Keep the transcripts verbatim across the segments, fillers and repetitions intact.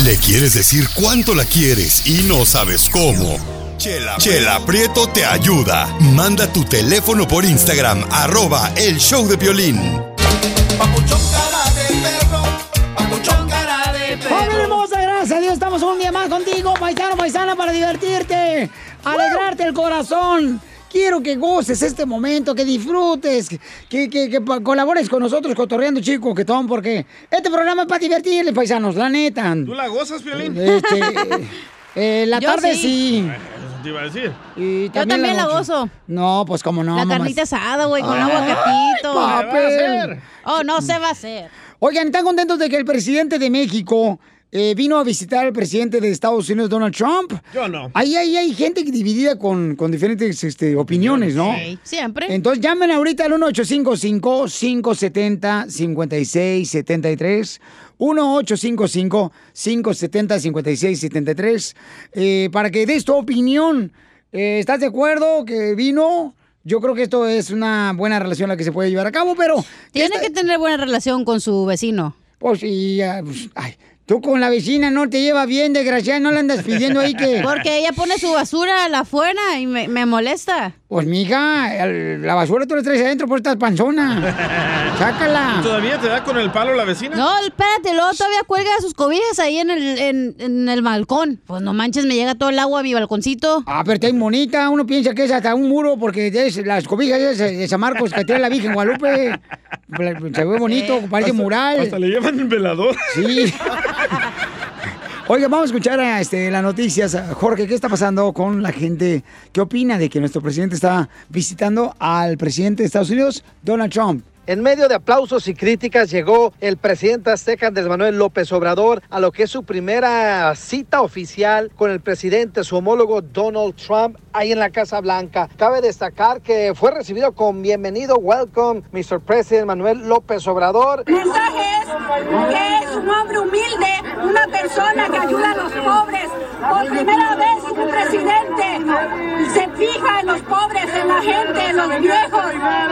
Le quieres decir cuánto la quieres y no sabes cómo. Chela, Chela Prieto te ayuda. Manda tu teléfono por Instagram, arroba el show de Piolín. Papuchón cara de perro, papuchón cara de perro. ¡Familia hermosa! Gracias a Dios, estamos un día más contigo, paisano, paisana, para divertirte, alegrarte el corazón. Quiero que goces este momento, que disfrutes, que, que, que colabores con nosotros cotorreando, chico, que ton, porque este programa es para divertirles, paisanos, la neta. ¿Tú la gozas, Piolín? Este, eh, la Yo tarde sí. sí. Eso te iba a decir. Y Yo también la noche. gozo. No, pues cómo no, La mamá. carnita asada, güey, con Ay, aguacatito. papel. ¿Qué va a hacer? Oh, no se va a hacer. Oigan, ¿están contentos de que el presidente de México eh, vino a visitar al presidente de Estados Unidos, Donald Trump? Yo no. Ahí, ahí hay gente dividida con, con diferentes este, opiniones, ¿no? Sí, siempre. Entonces llamen ahorita al uno ocho cinco cinco, cinco siete cero, cinco seis siete tres. uno ocho cinco cinco, cinco siete cero, cinco seis siete tres. Eh, para que des tu opinión. Eh, ¿Estás de acuerdo que vino? Yo creo que esto es una buena relación la que se puede llevar a cabo, pero... Tiene esta- que tener buena relación con su vecino. Pues, y, ah, pues, ay, tú con la vecina no te llevas bien, desgraciada, no la andas pidiendo ahí que... Porque ella pone su basura a la afuera y me, me molesta. Pues, mija, el- la basura tú la traes adentro por estas panzona. Sácala. ¿Todavía te da con el palo la vecina? No, espérate, luego todavía cuelga sus cobijas ahí en el, en, en el balcón. Pues no manches, me llega todo el agua a mi balconcito. Ah, pero está bien bonita. Uno piensa que es hasta un muro porque es las cobijas esas de San Marcos que tiene la Virgen Guadalupe. Se ve bonito, parece Hasta- mural. Hasta le llevan el velador. Sí. Oiga, vamos a escuchar a, este, las noticias. Jorge, ¿qué está pasando con la gente? ¿Qué opina de que nuestro presidente está visitando al presidente de Estados Unidos, Donald Trump? En medio de aplausos y críticas llegó el presidente azteca Andrés Manuel López Obrador a lo que es su primera cita oficial con el presidente, su homólogo Donald Trump, ahí en la Casa Blanca. Cabe destacar que fue recibido con bienvenido, welcome, mister President Manuel López Obrador. El mensaje es que es un hombre humilde, una persona que ayuda a los pobres. Por primera vez un presidente se fija en los pobres, en la gente, en los viejos,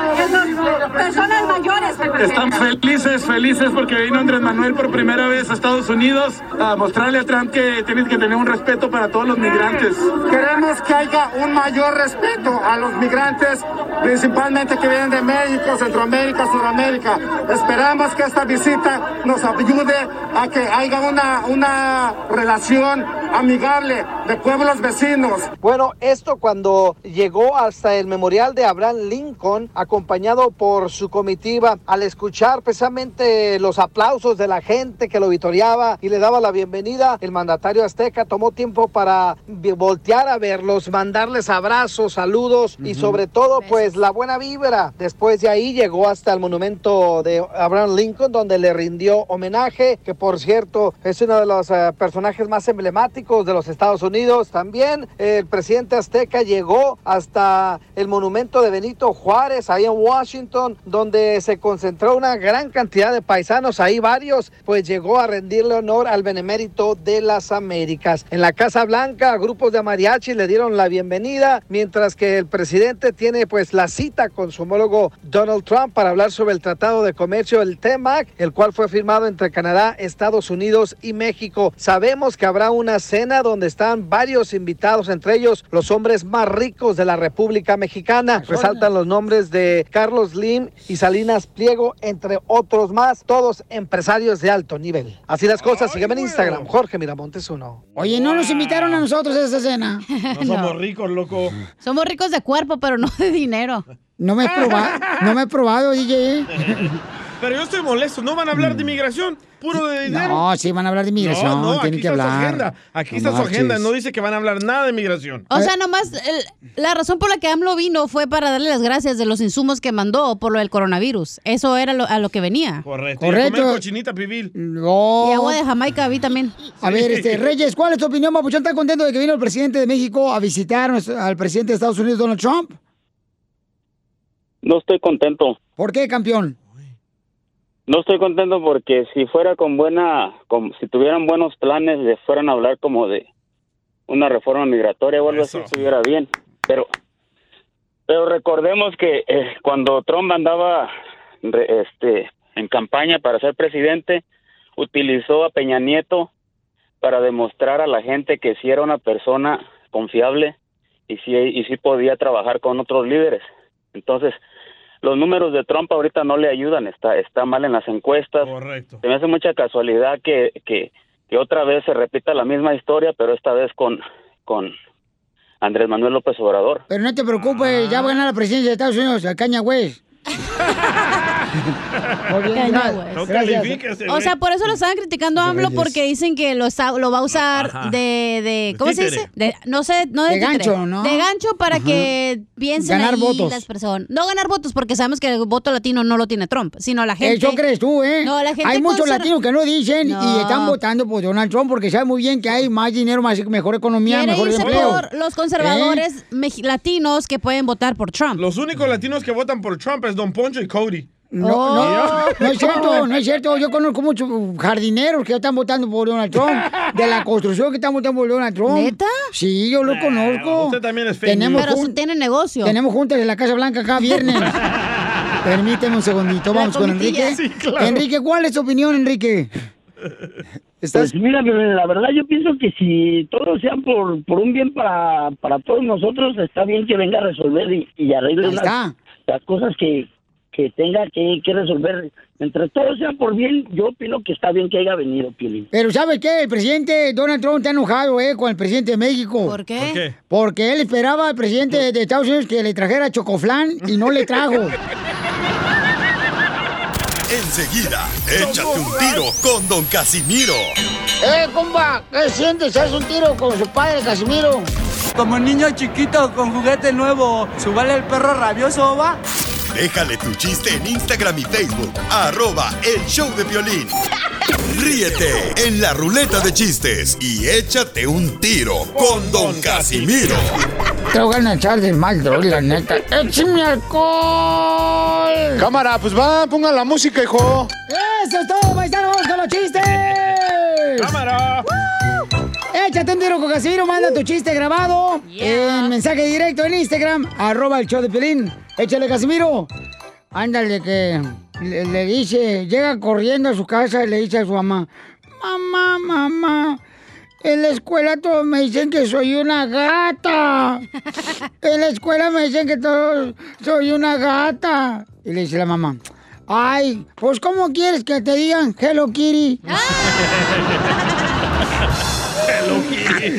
en las personas mayores. Están felices, felices porque vino Andrés Manuel por primera vez a Estados Unidos a mostrarle a Trump que tienes que tener un respeto para todos los migrantes. Queremos que haya un mayor respeto a los migrantes, principalmente que vienen de México, Centroamérica, Sudamérica. Esperamos que esta visita nos ayude a que haya una, una relación amigable de pueblos vecinos. Bueno, esto cuando llegó hasta el memorial de Abraham Lincoln, acompañado por su comitiva, al escuchar precisamente los aplausos de la gente que lo vitoreaba y le daba la bienvenida, el mandatario azteca tomó tiempo para voltear a verlos, mandarles abrazos, saludos uh-huh. y sobre todo pues la buena vibra. Después de ahí llegó hasta el monumento de Abraham Lincoln, donde le rindió homenaje, que por cierto es uno de los uh, personajes más emblemáticos de los Estados Unidos. También eh, el presidente azteca llegó hasta el monumento de Benito Juárez, ahí en Washington, donde se concentró una gran cantidad de paisanos, ahí varios, pues llegó a rendirle honor al benemérito de las Américas. En la Casa Blanca, grupos de mariachi le dieron la bienvenida, mientras que el presidente tiene pues la cita con su homólogo Donald Trump para hablar sobre el Tratado de Comercio, el T M A C, el cual fue firmado entre Canadá, Estados Unidos y México. Sabemos que habrá una cena donde están varios invitados, entre ellos los hombres más ricos de la República Mexicana. Resaltan los nombres de Carlos Slim y Salinas Pliego, entre otros más, todos empresarios de alto nivel. Así las cosas, sígueme en Instagram, Jorge Miramontes uno. Oye, no nos invitaron a nosotros a esa cena. No somos ricos, loco. Somos ricos de cuerpo, pero no de dinero. No me he probado, no me he probado, D J. Pero yo estoy molesto, no van a hablar de inmigración, puro de dinero. No, sí van a hablar de inmigración, no, no, tienen aquí que está hablar. Su agenda. Aquí no está marches. su agenda, no dice que van a hablar nada de inmigración. O sea, nomás el, la razón por la que AMLO vino fue para darle las gracias de los insumos que mandó por lo del coronavirus. Eso era lo, a lo que venía. Correcto. Correcto. Y a comer cochinita pibil. No. Y agua de Jamaica vi también. A ver, este, Reyes, ¿cuál es tu opinión, Papuchón? ¿Estás contento de que vino el presidente de México a visitar al presidente de Estados Unidos, Donald Trump? No estoy contento. ¿Por qué, campeón? No estoy contento porque si fuera con buena, con, si tuvieran buenos planes, le fueran a hablar como de una reforma migratoria o algo así, estuviera bien. Pero, pero recordemos que eh, cuando Trump andaba este, en campaña para ser presidente, utilizó a Peña Nieto para demostrar a la gente que sí era una persona confiable y sí, y sí podía trabajar con otros líderes. Entonces, los números de Trump ahorita no le ayudan, está está mal en las encuestas. Correcto. Se me hace mucha casualidad que, que, que otra vez se repita la misma historia, pero esta vez con, con Andrés Manuel López Obrador. Pero no te preocupes, ya va a ganar la presidencia de Estados Unidos, el Caña West. No califiques, o sea, por eso lo estaban criticando a AMLO, porque dicen que lo, está, lo va a usar Ajá. de, de ¿cómo se dice? De, no sé, no de, de gancho, ¿no? De gancho para Ajá. que piensen ganar ahí votos. las personas. No ganar votos, porque sabemos que el voto latino no lo tiene Trump, sino la gente. Eso crees tú, ¿eh? No, la gente hay muchos conser... latinos que no dicen no. y están votando por Donald Trump porque saben muy bien que hay más dinero, más mejor economía, mejor empleo. Por los conservadores ¿Eh? latinos que pueden votar por Trump. Los únicos latinos que votan por Trump es Don Poncho y Cody. No, oh. no, no es cierto, no es cierto. Yo conozco muchos jardineros que están votando por Donald Trump, de la construcción que están votando por Donald Trump. ¿Neta? Sí, yo lo nah, conozco. Usted también es fake. Pero jun- tiene negocio. Tenemos juntas en la Casa Blanca cada viernes. Permíteme un segundito, vamos con Enrique. Sí, claro. Enrique, ¿cuál es tu opinión, Enrique? ¿Estás? Pues mira, la verdad yo pienso que si todos sean por, por un bien para, para todos nosotros, está bien que venga a resolver y, y arregle las, las cosas que... que tenga que, que resolver. Entre todos sean por bien, yo opino que está bien que haya venido, Piolín. Pero ¿sabe qué? El presidente Donald Trump está enojado eh, con el presidente de México. ¿Por qué? ¿Por qué? Porque él esperaba al presidente de Estados Unidos que le trajera chocoflán y no le trajo. Enseguida, échate un tiro con Don Casimiro. ¡Eh, compa! ¿Qué sientes? ¿Haz un tiro con su padre, Casimiro? Como niño chiquito con juguete nuevo, ¿subale el perro rabioso, va? Déjale tu chiste en Instagram y Facebook, arroba el show de Piolín. Ríete en la ruleta de chistes y échate un tiro con Don Casimiro. Te voy a echar de mal, droga, la neta. ¡Échame alcohol! Cámara, pues va, pongan la música, hijo. ¡Eso es todo, paisanos! ¡Vamos con los chistes! ¡Cámara! Échate un tiro con Casimiro, manda tu chiste grabado yeah. en mensaje directo en Instagram, arroba el show de Piolín. Échale, Casimiro. Ándale, que le, le dice, llega corriendo a su casa y le dice a su mamá, mamá, mamá, en la escuela todos me dicen que soy una gata. En la escuela me dicen que todos soy una gata. Y le dice la mamá, ay, pues ¿cómo quieres que te digan Hello Kitty? Hello Kitty.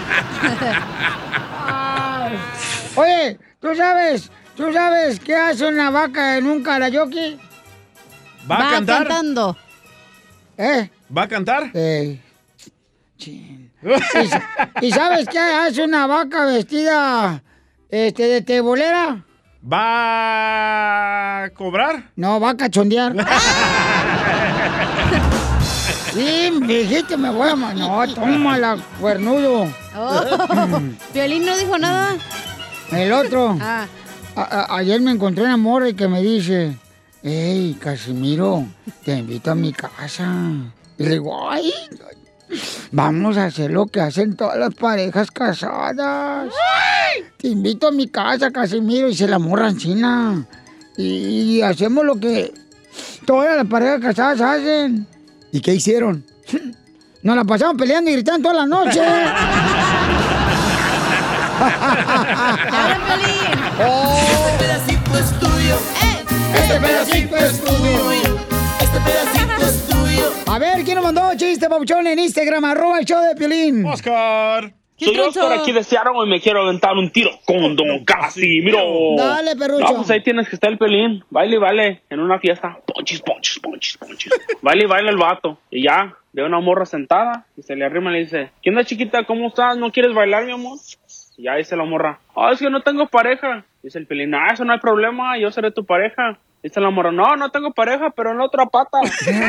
Oye, ¿tú sabes? ¿Tú sabes qué hace una vaca en un karaoke? ¿Va a Va cantar? cantando. ¿Eh? ¿Va a cantar? Eh. Chin. ¿Y, ¿Y sabes qué hace una vaca vestida este, de tebolera? ¿Va a cobrar? No, va a cachondear. Sí, dijiste, me voy a... No, tómala, cuernudo. Oh, Piolín no dijo nada. El otro. Ah. A, a, ayer me encontré una morra que me dice, hey, Casimiro, te invito a mi casa. Y le digo, ay, vamos a hacer lo que hacen todas las parejas casadas. ¡Ay! Te invito a mi casa, Casimiro, y se la morra encina. Y, y hacemos lo que todas las parejas casadas hacen. ¿Y qué hicieron? Nos la pasamos peleando y gritando toda la noche. Este pedacito es tuyo. Este pedacito es tuyo. Este pedacito es tuyo. A ver, ¿quién nos mandó chiste, papuchón, en Instagram? Arroba el show de Piolín. Oscar. Soy Oscar aquí de Seattle y me quiero aventar un tiro con Don Casimiro. Dale, perrucho. No, pues ahí tienes que estar el Piolín. Baile, baile, en una fiesta. Ponchis, ponchis, ponchis, ponchis. Baile, baile el vato. Y ya, ve una morra sentada y se le arrima y le dice, ¿qué onda, chiquita? ¿Cómo estás? ¿No quieres bailar, mi amor? Y ya dice la morra, ah, oh, es que no tengo pareja. Dice el Piolín, ah, eso no hay problema, yo seré tu pareja. Dice la morra, no, no tengo pareja, pero en la otra pata.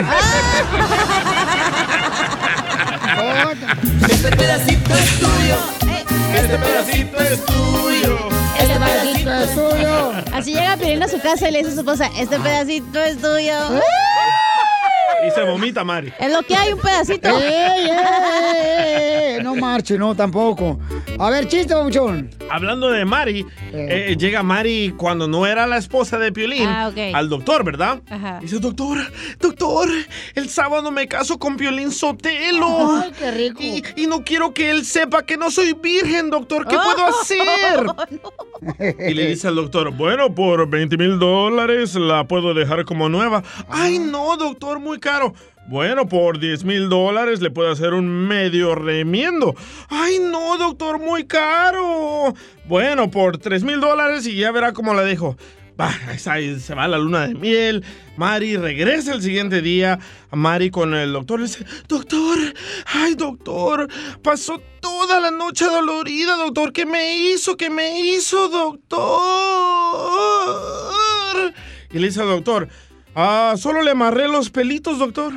Este pedacito es tuyo. Este pedacito es tuyo. Este pedacito es tuyo. Así llega Piolín a su casa y le dice a su esposa, este pedacito es tuyo. Y se vomita, Mari. Es lo que hay, un pedacito. ¡Ey, ey, ey! No marche, no, tampoco. A ver, chiste, babuchón. Hablando de Mari, eh. Eh, llega Mari cuando no era la esposa de Piolín ah, okay. al doctor, ¿verdad? Ajá. Dice, doctor, doctor, el sábado me caso con Piolín Sotelo. Ay, qué rico. Y, y no quiero que él sepa que no soy virgen, doctor. ¿Qué oh, puedo hacer? Oh, no. Y le dice al doctor, bueno, por veinte mil dólares la puedo dejar como nueva. Ay, no, doctor, muy caro. Bueno, por diez mil dólares le puedo hacer un medio remiendo. Ay, no, doctor, muy caro. Bueno, por tres mil dólares y ya verá cómo la dejo. Bah, ahí se va la luna de miel. Mari regresa el siguiente día. Mari con el doctor le dice, doctor, ay, doctor, pasó toda la noche dolorida, doctor. ¿Qué me hizo? ¿Qué me hizo, doctor? Y le dice al doctor, ah, solo le amarré los pelitos, doctor.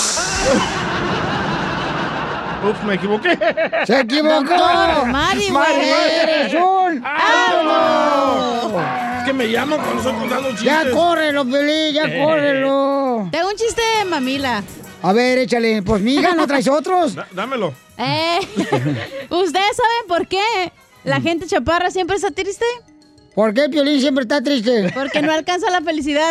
Ups, me equivoqué. ¡Se equivocó! Doctor, Mari, Mari, eres un ¡Ah, no! Es que me llaman cuando estoy contando chistes. Ya córrelo, Pelín, ya eh. córrelo. Tengo un chiste de mamila. A ver, échale. Pues, mija, ¿no traes otros? Da, dámelo. Eh, ¿ustedes saben por qué la gente chaparra siempre está triste? ¿Por qué Piolín siempre está triste? Porque no alcanza la felicidad.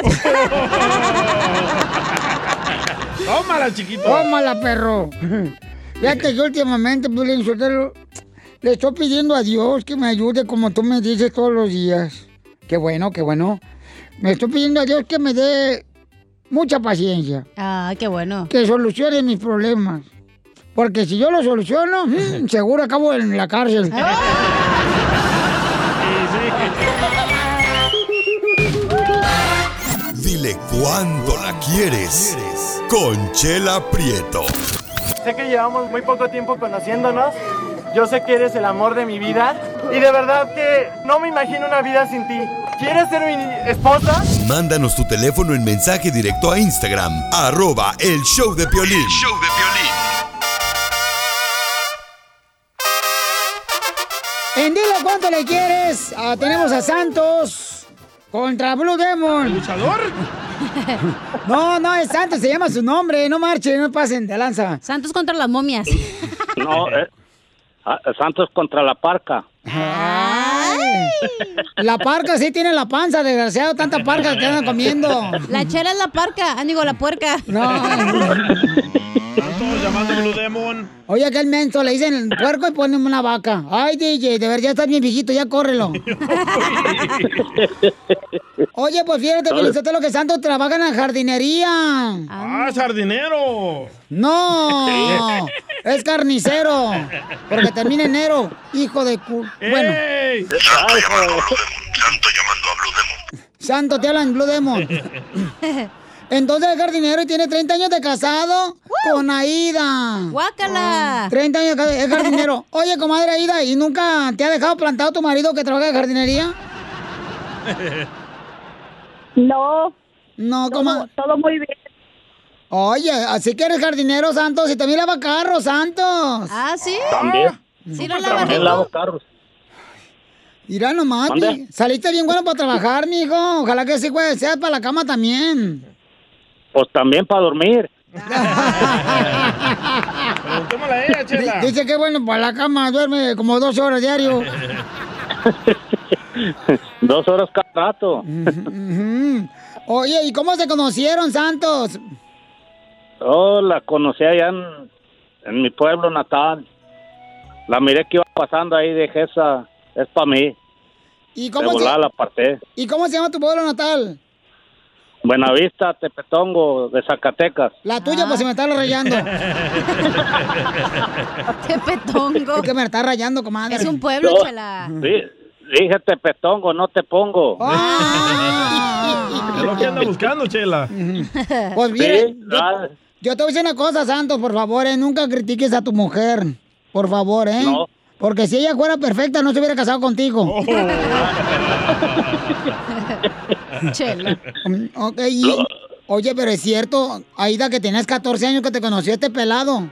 Tómala, chiquito. Tómala, perro. Fíjate que últimamente, Piolín Sotelo, le estoy pidiendo a Dios que me ayude como tú me dices todos los días. Qué bueno, qué bueno. Me estoy pidiendo a Dios que me dé mucha paciencia. Ah, qué bueno. Que solucione mis problemas. Porque si yo lo soluciono, mmm, seguro acabo en la cárcel. Dile cuándo la quieres. Conchela Prieto. Sé que llevamos muy poco tiempo conociéndonos. Yo sé que eres el amor de mi vida. Y de verdad que no me imagino una vida sin ti. ¿Quieres ser mi esposa? Mándanos tu teléfono en mensaje directo a Instagram. Arroba el show de Piolín. El show de Piolín. En Dile Cuánto Le Quieres, uh, tenemos a Santos contra Blue Demon. ¿El luchador? No, no, es Santos, se llama su nombre. No marchen, no pasen de lanza. Santos contra las momias. No, eh, Santos contra la parca. Ay. La parca sí tiene la panza, desgraciado, tanta parca que andan comiendo. La chela es la parca, ah, digo, la puerca. No. Están todos llamando Blue Demon. Oye, aquel menso, le dicen el puerco y ponen una vaca. Ay, D J, de verdad, ya estás bien viejito, ya córrelo. Oye, pues fíjate, Felicitelo, que Santos trabaja en la jardinería. Ah, es jardinero. No, es carnicero. Porque termina enero, hijo de cu... Bueno. ¡Ey! Santo llamando a Blue Demon. Santo llamando a Blue Demon. Santo, te hablan Blue Demon. Entonces es jardinero y tiene treinta años de casado ¡Uh! Con Aida. ¡Guácala! treinta años de es jardinero. Oye, comadre Aida, ¿y nunca te ha dejado plantado tu marido que trabaja en jardinería? No. No, ¿cómo? Todo, todo muy bien. Oye, así que eres jardinero, Santos, y también lava carros, Santos. ¿Ah, sí? También. ¿Sí lo lava También lavo carros. Mira nomás, ¿Dónde? saliste bien bueno para trabajar, mijo. Ojalá que sí, güey, seas para la cama también. Pues también para dormir. Preguntémosle a ella, Chela. Dice que bueno, para la cama duerme como dos horas diario. Dos horas cada rato. Uh-huh. Oye, ¿y cómo se conocieron, Santos? Oh, la conocí allá en, en mi pueblo natal. La miré que iba pasando ahí, dije, esa es para mí. ¿Y cómo de volada se... la aparté. ¿Y cómo se llama tu pueblo natal? Buenavista, Tepetongo, de Zacatecas. La tuya, ah. Pues se me está rayando. Tepetongo. Es que me está rayando, comadre. Es un pueblo, no, Chela. Sí, dije Tepetongo, no te pongo. Ah. Es lo que anda buscando, Chela. Pues mire, sí, yo, yo te voy a decir una cosa, Santos, por favor, eh, nunca critiques a tu mujer. Por favor, ¿eh? No. Porque si ella fuera perfecta, no se hubiera casado contigo. Oh. Chela. Okay, y, oye, pero es cierto, Aida, que tenías catorce años que te conoció este pelado.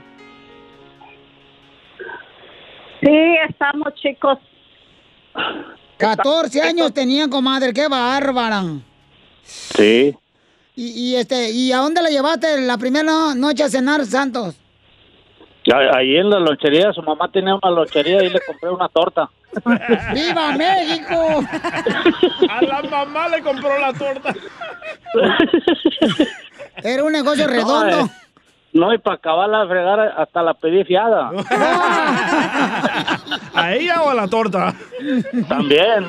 Sí, estamos chicos. catorce años tenían, comadre, qué bárbara. Sí. Y, y este, ¿y a dónde la llevaste la primera noche a cenar, Santos? Ahí en la lonchería, su mamá tenía una lonchería y le compré una torta. ¡Viva México! A la mamá le compró la torta. Era un negocio redondo. No, eh, no y para acabarla de fregar hasta la pedí fiada. ¿A ella o a la torta? También.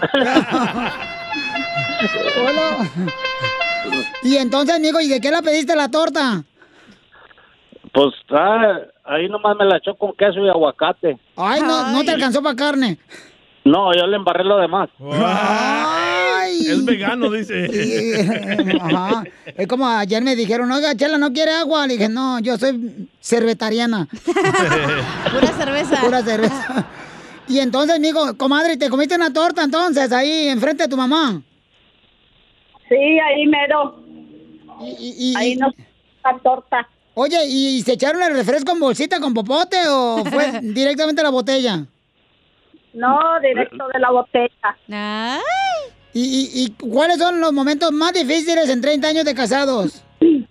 Hola. Y entonces, amigo, ¿y de qué la pediste la torta? Pues ah, ahí nomás me la echó con queso y aguacate. Ay, no, no te alcanzó para carne. No, yo le embarré lo demás. Ay. Es vegano, dice. Sí, ajá. Es como ayer me dijeron, oiga, Chela, ¿no quiere agua? Le dije, no, yo soy cervetariana. Pura cerveza. Pura cerveza. Y entonces, amigo, comadre, ¿te comiste una torta entonces ahí enfrente de tu mamá? Sí, ahí mero. Y, y, y, ahí nos la torta. Oye, ¿y se echaron el refresco en bolsita con popote o fue directamente a la botella? No, directo de la botella. Ay. ¿Y, y, y cuáles son los momentos más difíciles en treinta años de casados?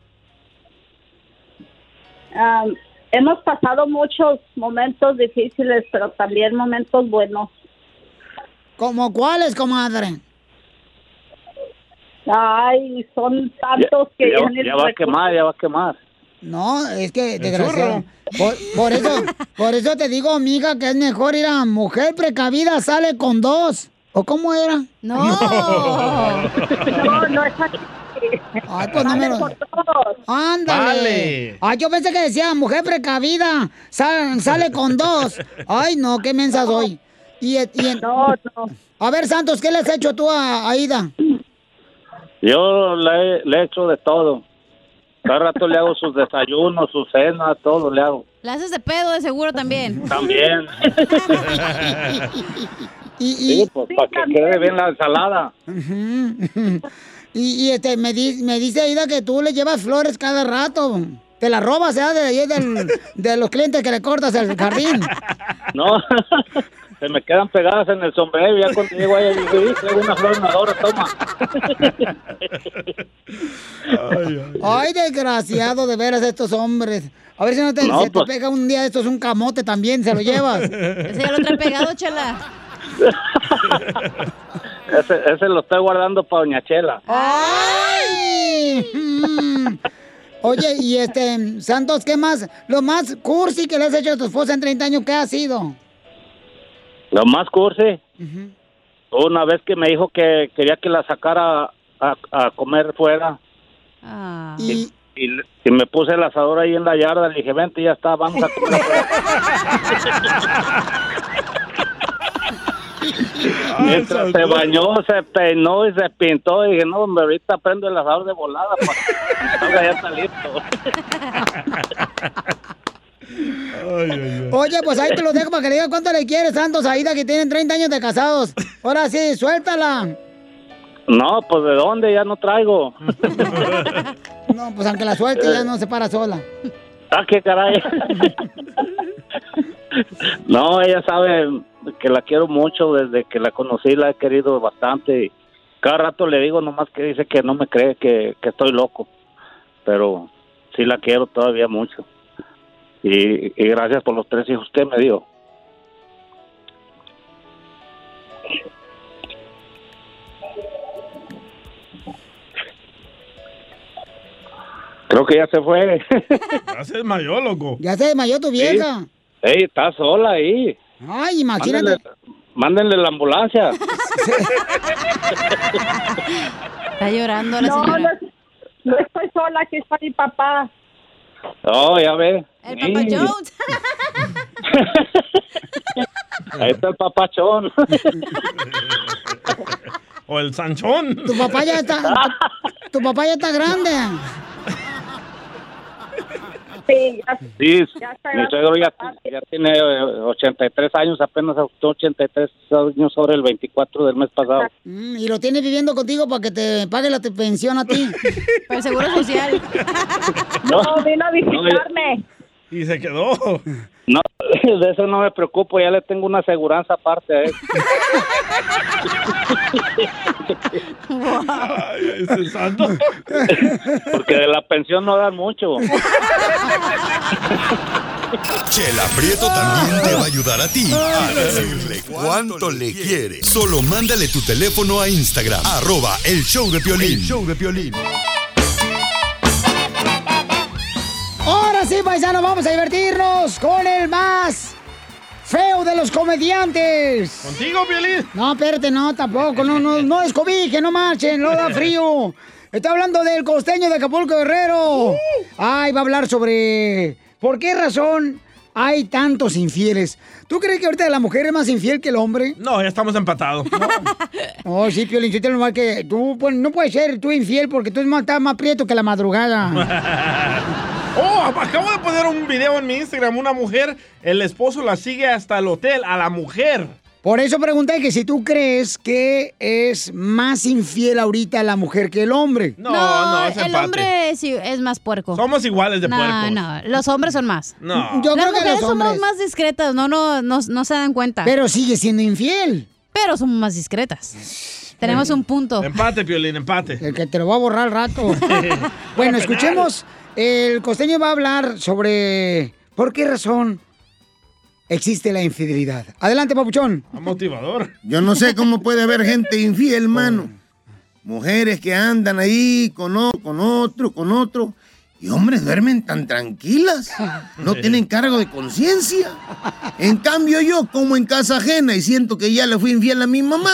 Um, hemos pasado muchos momentos difíciles, pero también momentos buenos. ¿Cómo cuáles, comadre? Ay, son tantos ya, que... Ya, ya, ya va a quemar, ya va a quemar. No, es que desgraciado. Por, por eso, por eso te digo, amiga, que es mejor ir a mujer precavida sale con dos. ¿O cómo era? No. No, no es así. Ay, pues no me lo... Ándale. Vale. Ay, yo pensé que decía mujer precavida sal, sale con dos. Ay, no, qué mensa soy. Y, y, no, no. A ver, Santos, ¿qué le has hecho tú a Aida? Yo le, he- le he hecho de todo. Cada rato le hago sus desayunos, sus cenas, todo le hago. La haces de pedo de seguro también. También. y, y... Sí, pues para que quede bien la ensalada. y, y este, me, di, me dice Aida que tú le llevas flores cada rato. Te las robas, ¿eh? De, ahí del, de los clientes que le cortas el jardín. No, se me quedan pegadas en el sombrero. Ya cuando llego ahí, digo, traigo una flor madura, toma. Ay, ay, ay, desgraciado, de veras, estos hombres. A ver si no te, No, se pues. te pega un día esto es un camote también, se lo llevas. Ese ya lo trae pegado, Chela. Ese, ese lo estoy guardando para Doña Chela. ¡Ay! Mm. Oye, y este, Santos, ¿qué más? Lo más cursi que le has hecho a tu esposa en treinta años, ¿qué ha sido? Lo más cursi. Una vez que me dijo que quería que la sacara a, a comer fuera. Ah. Y, y, y me puse el asador ahí en la yarda. Le dije, vente, ya está, vamos a comer afuera. Mientras se bañó, se peinó y se pintó. Y dije, no, hombre, ahorita prendo el asador de volada para que ya está listo. Ay, ay, ay. Oye, pues ahí te lo dejo para que le digas cuánto le quieres, Santos, a Aida, que tienen treinta años de casados. Ahora sí, suéltala. No, pues ¿de dónde? Ya no traigo. No, pues aunque la suelte, ya no se para sola. Ah, qué caray. No, ella sabe que la quiero mucho. Desde que la conocí la he querido bastante. Y cada rato le digo, nomás que dice que no me cree, que, que estoy loco. Pero sí la quiero todavía mucho. Y, y gracias por los tres hijos que me dio. Creo que ya se fue. Ya se desmayó, loco. Ya se desmayó tu vieja. Ey, está sola ahí. Ay, imagínate. Mándenle, mándenle la ambulancia. Está llorando la No, señora. no, no estoy sola, aquí está mi papá. Oh, ya ve. El Papa Sí. Jones. Ahí está el papachón. O el Sanchón. Tu papá ya está, tu, tu papá ya está grande. Sí, ya, Sí, ya está mi suegro ya, ya tiene eh, ochenta y tres años, apenas ajustó ochenta y tres años sobre el veinticuatro del mes pasado. Mm, y lo tienes viviendo contigo para que te pague la te- pensión a ti. Para el seguro social. no, vino a visitarme. Y se quedó. No, de eso no me preocupo, ya le tengo una aseguranza aparte a él. Ay, ese santo. Porque de la pensión no dan mucho. Chela Prieto también te va a ayudar a ti a decirle cuánto le quiere. Solo mándale tu teléfono a Instagram, arroba el show de Piolín. El show de Piolín. Ahora sí, paisanos, vamos a divertirnos con el más feo de los comediantes. ¿Contigo, Piolín? No, espérate, no, tampoco. No, no, no descobije, no marchen, no da frío. Estoy hablando del costeño de Acapulco, Guerrero. Ay, va a hablar sobre por qué razón hay tantos infieles. ¿Tú crees que ahorita la mujer es más infiel que el hombre? No, ya estamos empatados. No, oh, sí, Piolín, yo te lo mal que tú, pues, no puedes ser tú infiel porque tú estás más prieto que la madrugada. Oh, acabo de poner un video en mi Instagram. Una mujer, el esposo la sigue hasta el hotel, a la mujer. Por eso pregunté que si tú crees que es más infiel ahorita la mujer que el hombre. No, no, no es el empate. Hombre es, es más puerco. Somos iguales de no, puercos. No, los hombres son más. No. Yo Las creo que mujeres los hombres somos más discretas, no, no, no, no se dan cuenta. Pero sigue siendo infiel. Pero somos más discretas. Tenemos un punto. Empate, Piolín, empate. El que te lo va a borrar al rato. Bueno, escuchemos. El costeño va a hablar sobre por qué razón existe la infidelidad. Adelante, papuchón. Motivador. Yo no sé cómo puede haber gente infiel, mano. Mujeres que andan ahí con, o, con otro, con otro. Y hombres duermen tan tranquilas. No tienen cargo de conciencia. En cambio yo como en casa ajena y siento que ya le fui infiel a mi mamá.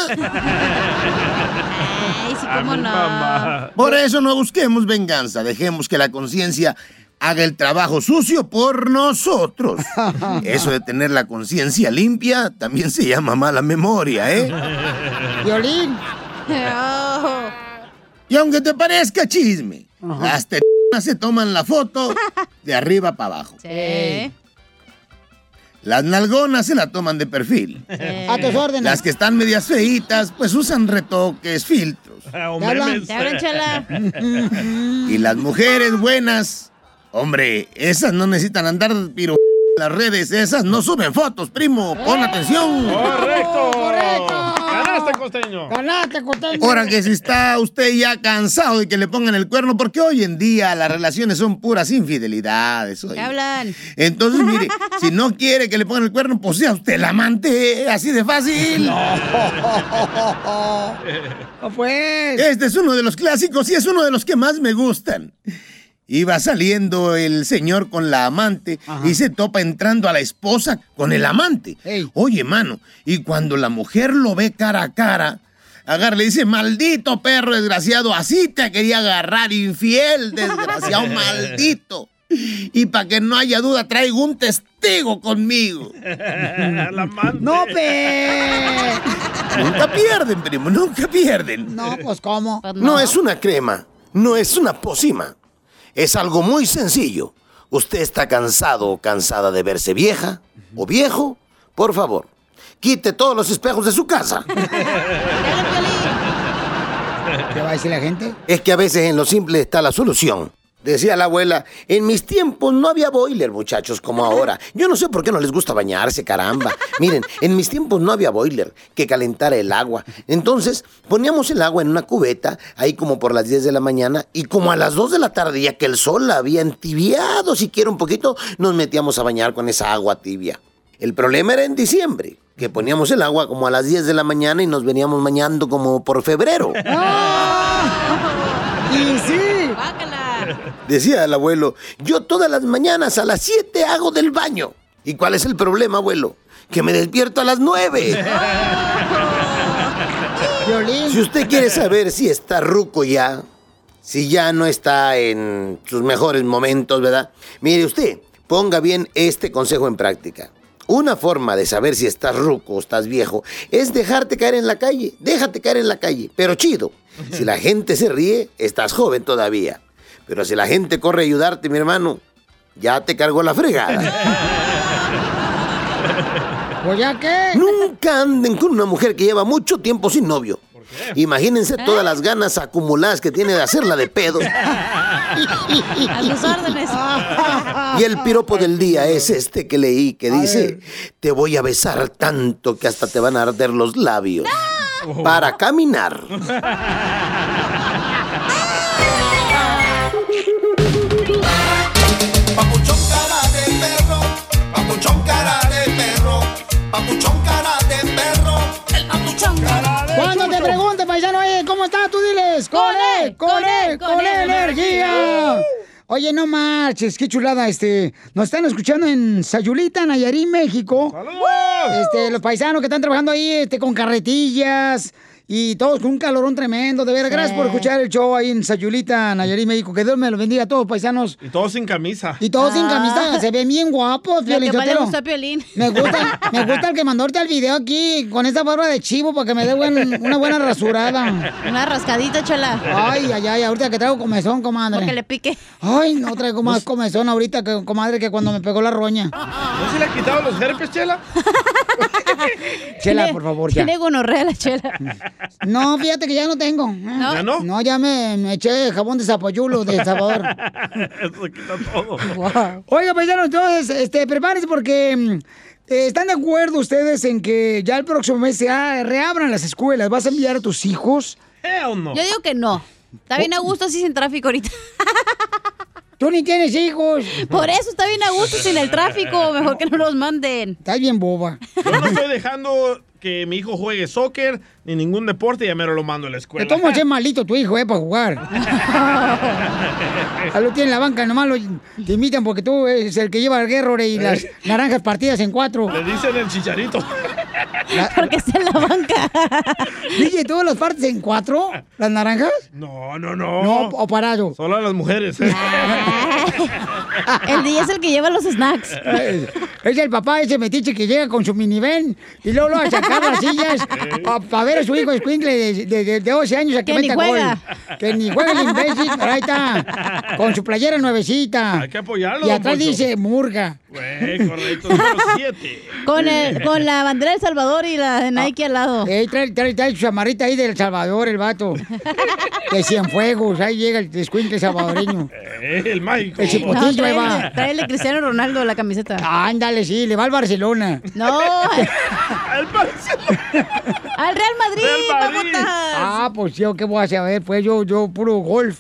Ay, sí, cómo no. Mamá. Por eso no busquemos venganza. Dejemos que la conciencia haga el trabajo sucio por nosotros. Eso de tener la conciencia limpia también se llama mala memoria, ¿eh? Violín. Oh. Y aunque te parezca chisme, uh-huh. las tetas se toman la foto de arriba para abajo. Sí. Las nalgonas se la toman de perfil. Sí. A tus órdenes. Las que están medias feitas, pues usan retoques, filtros. Oh, ¿Te hablan, ¿Te hablan, chala? Y las mujeres buenas, hombre, esas no necesitan andar piro en las redes, esas no suben fotos, primo. Pon atención. Correcto. Correcto. Ganaste, costeño. Ganaste, costeño. Ahora que si está usted ya cansado de que le pongan el cuerno, porque hoy en día las relaciones son puras infidelidades. Oye. ¿Te hablan? Entonces, mire, si no quiere que le pongan el cuerno, pues sea usted el amante, así de fácil. No. No, pues. Este es uno de los clásicos y es uno de los que más me gustan. Iba saliendo el señor con la amante. Ajá. Y se topa entrando a la esposa con el amante. Hey. Oye, mano, y cuando la mujer lo ve cara a cara, agarra y le dice, maldito perro desgraciado, así te quería agarrar, infiel, desgraciado, maldito. Y para que no haya duda, traigo un testigo conmigo. La amante. ¡No, pe! Nunca pierden, primo, nunca pierden. No, pues, ¿cómo? Pues no. No es una crema, no es una pócima. Es algo muy sencillo. ¿Usted está cansado o cansada de verse vieja o viejo? Por favor, quite todos los espejos de su casa. ¿Qué va a decir la gente? Es que a veces en lo simple está la solución. Decía la abuela, en mis tiempos no había boiler, muchachos, como ahora. Yo no sé por qué no les gusta bañarse, caramba. Miren, en mis tiempos no había boiler que calentara el agua. Entonces, poníamos el agua en una cubeta, ahí como por las diez de la mañana, y como a las dos de la tarde, ya que el sol la había entibiado siquiera un poquito, nos metíamos a bañar con esa agua tibia. El problema era en diciembre, que poníamos el agua como a las diez de la mañana y nos veníamos bañando como por febrero. ¡Ah! ¡Y sí! Decía el abuelo, yo todas las mañanas a las siete hago del baño. ¿Y cuál es el problema, abuelo? Que me despierto a las nueve. Si usted quiere saber si está ruco ya, si ya no está en sus mejores momentos, ¿verdad? Mire usted, ponga bien este consejo en práctica. Una forma de saber si estás ruco o estás viejo es dejarte caer en la calle. Déjate caer en la calle, pero chido. Si la gente se ríe, estás joven todavía. Pero si la gente corre a ayudarte, mi hermano, ya te cargó la fregada. ¿Pues ya qué? Nunca anden con una mujer que lleva mucho tiempo sin novio. ¿Por qué? Imagínense ¿Eh? todas las ganas acumuladas que tiene de hacerla de pedo. A sus órdenes. Y el piropo del día es este que leí, que dice, te voy a besar tanto que hasta te van a arder los labios. ¡No! Para caminar. Papuchón cara de perro, papuchón cara de perro, el papuchón cara de Cuando te pregunte, paisano, oye, ¿cómo estás? Tú diles, con él, con él, con él, energía. Oye, no marches, qué chulada, este, nos están escuchando en Sayulita, Nayarit, México. ¡Saludos! Este, los paisanos que están trabajando ahí, este, con carretillas y todos con un calorón tremendo. De veras, Sí. gracias por escuchar el show ahí en Sayulita, Nayarit, México. Que Dios me los bendiga a todos, paisanos. Y todos sin camisa. Y todos sin Ah. camisa, se ven bien guapos, Lo que Piolín más le Sotelo. gusta a Piolín. Me gusta, me gusta el que mandó ahorita el video aquí con esa barba de chivo para que me dé buen- una buena rasurada. Una rascadita, chala. Ay, ay, ay, ahorita que traigo comezón, comadre. Porque le pique. Ay, no traigo más comezón ahorita, que, comadre, que cuando me pegó la roña. ¿No se le ha quitado los herpes, Chela? Chela, Tiene- por favor, ya. Tiene gonorrea la Chela. No, fíjate que ya no tengo. ¿No? ¿Ya no? No, ya me, me eché jabón de zapayulo de El Salvador. Eso quita todo. Oiga, paisanos, entonces, este, prepárense porque mm, eh, ¿están de acuerdo ustedes en que ya el próximo mes se ah, reabran las escuelas? ¿Vas a enviar a tus hijos? Hell no. Yo digo que no. Está bien a gusto así sin tráfico ahorita. Tú ni tienes hijos. Por eso está bien a gusto sin el tráfico. Mejor que no los manden. Estás bien boba. Yo no estoy dejando que mi hijo juegue soccer ni ningún deporte y ya mero lo mando a la Te escuela. tomo ese malito tu hijo, eh, para jugar. Ya lo tiene en la banca, nomás lo, te invitan porque tú eres el que lleva el Gatorade y las naranjas partidas en cuatro. Le dicen el chicharito. Porque está en la banca. Dije, ¿tú las partes en cuatro? ¿Las naranjas? No, no, no. No, o parado. Solo a las mujeres. El día es el que lleva los snacks. Es, es el papá ese metiche que llega con su minivan y luego lo va a sacar las sillas para ver a su hijo escuincle de, de, de, de doce años a que, Que ni meta gol. juega. Que ni juega el imbécil, pero ahí está, con su playera nuevecita. Hay que apoyarlo, Y don atrás Poncho. dice Murga. Güey, correcto. Número siete. Con, el, con la bandera de El Salvador y la de Nike al lado. Eh, trae, trae, trae su chamarrita ahí del Salvador, el vato. De Cienfuegos, ahí llega el escuincle salvadoreño. Eh, el mágico. El No, cipotillo, ahí va. trae, trae el de Cristiano Ronaldo la camiseta. Ándale, sí, le va al Barcelona. No, El Barcelona. al Real Madrid, Real Madrid. paputas. Ah, pues yo, ¿qué voy a saber? Pues yo, yo, puro golf.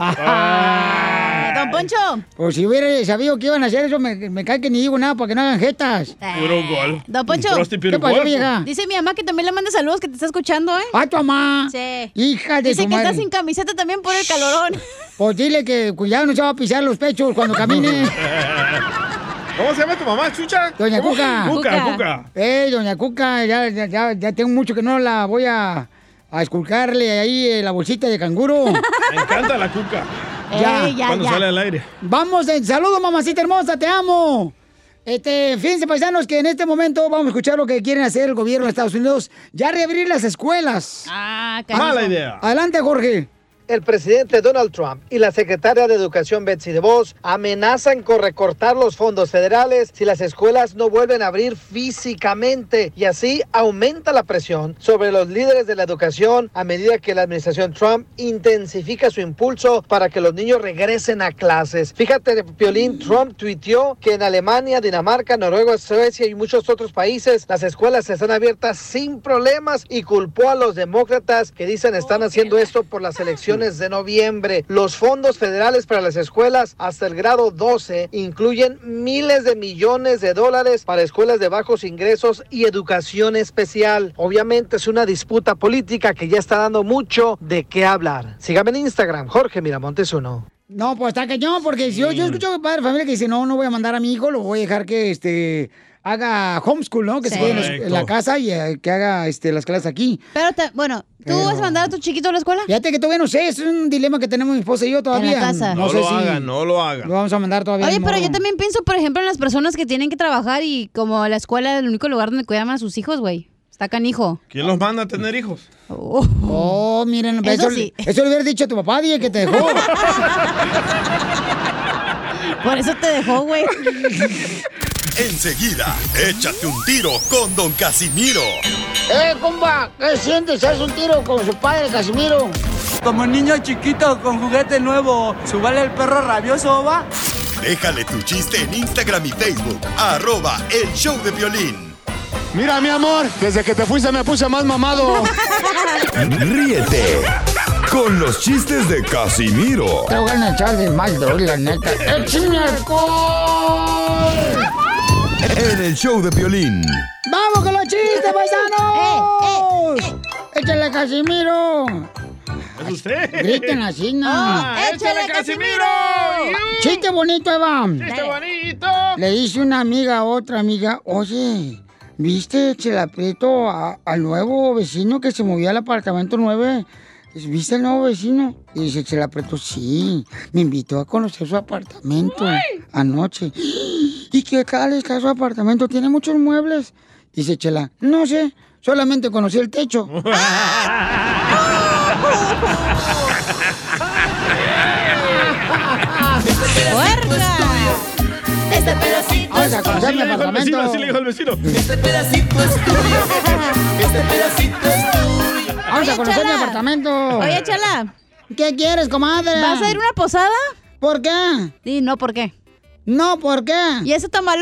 Ah, Don Poncho. Pues si hubiera sabido que iban a hacer eso, me, me cae que ni digo nada para que no hagan jetas. Puro gol. Don Poncho. Prosti, puro ¿Qué pasó, gol. vieja? Dice mi mamá que también le manda saludos, que te está escuchando, ¿eh? ¡Ah, tu mamá! Sí. Hija de Dice su que madre. está sin camiseta también por el calorón. Pues dile que cuidado, no se va a pisar los pechos cuando camine. ¿Cómo se llama tu mamá, Chucha? Doña Cuca. Cuca, Cuca. Cuca. Eh, doña Cuca, ya, ya, ya, ya tengo mucho que no la voy a, a esculcarle ahí eh, la bolsita de canguro. Me encanta la Cuca. Ya. Ey, ya, Cuando ya. sale al aire. Vamos, eh, saludos, mamacita hermosa, te amo. Este, fíjense, paisanos, que en este momento vamos a escuchar lo que quieren hacer el gobierno de Estados Unidos. Ya reabrir las escuelas. Ah, Mala carajo. idea. Adelante, Jorge. El presidente Donald Trump y la secretaria de Educación Betsy DeVos amenazan con recortar los fondos federales si las escuelas no vuelven a abrir físicamente, y así aumenta la presión sobre los líderes de la educación a medida que la administración Trump intensifica su impulso para que los niños regresen a clases. Fíjate, Piolín, Trump tuiteó que en Alemania, Dinamarca, Noruega, Suecia y muchos otros países las escuelas están abiertas sin problemas y culpó a los demócratas que dicen están haciendo esto por las elecciones de noviembre. Los fondos federales para las escuelas hasta el grado doce incluyen miles de millones de dólares para escuelas de bajos ingresos y educación especial. Obviamente es una disputa política que ya está dando mucho de qué hablar. Sígame en Instagram, Jorge Miramontes uno. No, pues está cañón, porque si yo, yo escucho a padre de familia que dice, no, no voy a mandar a mi hijo, lo voy a dejar que este haga homeschool, ¿no? Que Sí. se quede en la- en, Correcto. la casa y eh, que haga este, las clases aquí. Pero, te- bueno, ¿tú Pero- vas a mandar a tu chiquito a la escuela? Fíjate que todavía no sé, es un dilema que tenemos mi esposa y yo todavía. En la casa. No, sé lo si hagan, no lo hagan. lo vamos a mandar todavía. Oye, no. pero yo también pienso, por ejemplo, en las personas que tienen que trabajar y como la escuela es el único lugar donde cuidan a sus hijos, güey. Está canijo. ¿Quién los manda a tener hijos? Oh. Oh, miren, Eso eso, sí. eso le hubieras dicho a tu papá, dije que te dejó. Por eso te dejó, güey. Enseguida, échate un tiro con Don Casimiro. ¡Eh, compa! ¿Qué sientes? ¿Haz un tiro con su padre, Casimiro? Como niño chiquito con juguete nuevo, ¿subale el perro rabioso, va? Déjale tu chiste en Instagram y Facebook, arroba el show de violín. Mira, mi amor, desde que te fuiste me puse más mamado. Ríete con los chistes de Casimiro Te voy a echar de mal, droga, la neta. ¡Échame alcohol! en el show de Piolín. ¡Vamos con los chistes, paisanos! Eh, eh, eh. ¡Échale, Casimiro! ¿Es usted? Griten así, ¿no? Ah, ¡échale, Casimiro! ¡Chiste bonito, Eva! ¡Chiste bonito! Le dice una amiga a otra amiga, oye, ¿viste, Chela Prieto, a- al nuevo vecino que se movió al apartamento nueve? ¿Viste el nuevo vecino? Y dice Chela Prieto, sí, me invitó a conocer su apartamento anoche. ¿Y qué tal está su apartamento? ¿Tiene muchos muebles? Dice Chela, no sé, solamente conocí el techo. Este pedacito Vamos a conocer mi Así le dijo el vecino, apartamento. así le dijo el vecino. Este pedacito es tuyo. Este pedacito es tuyo. Vamos a Oye, conocer mi Chala. apartamento. Oye, Chala. ¿Qué quieres, comadre? ¿Vas a ir a una posada? ¿Por qué? Sí, no, ¿por qué? No, ¿por qué? ¿Y ese tamalón?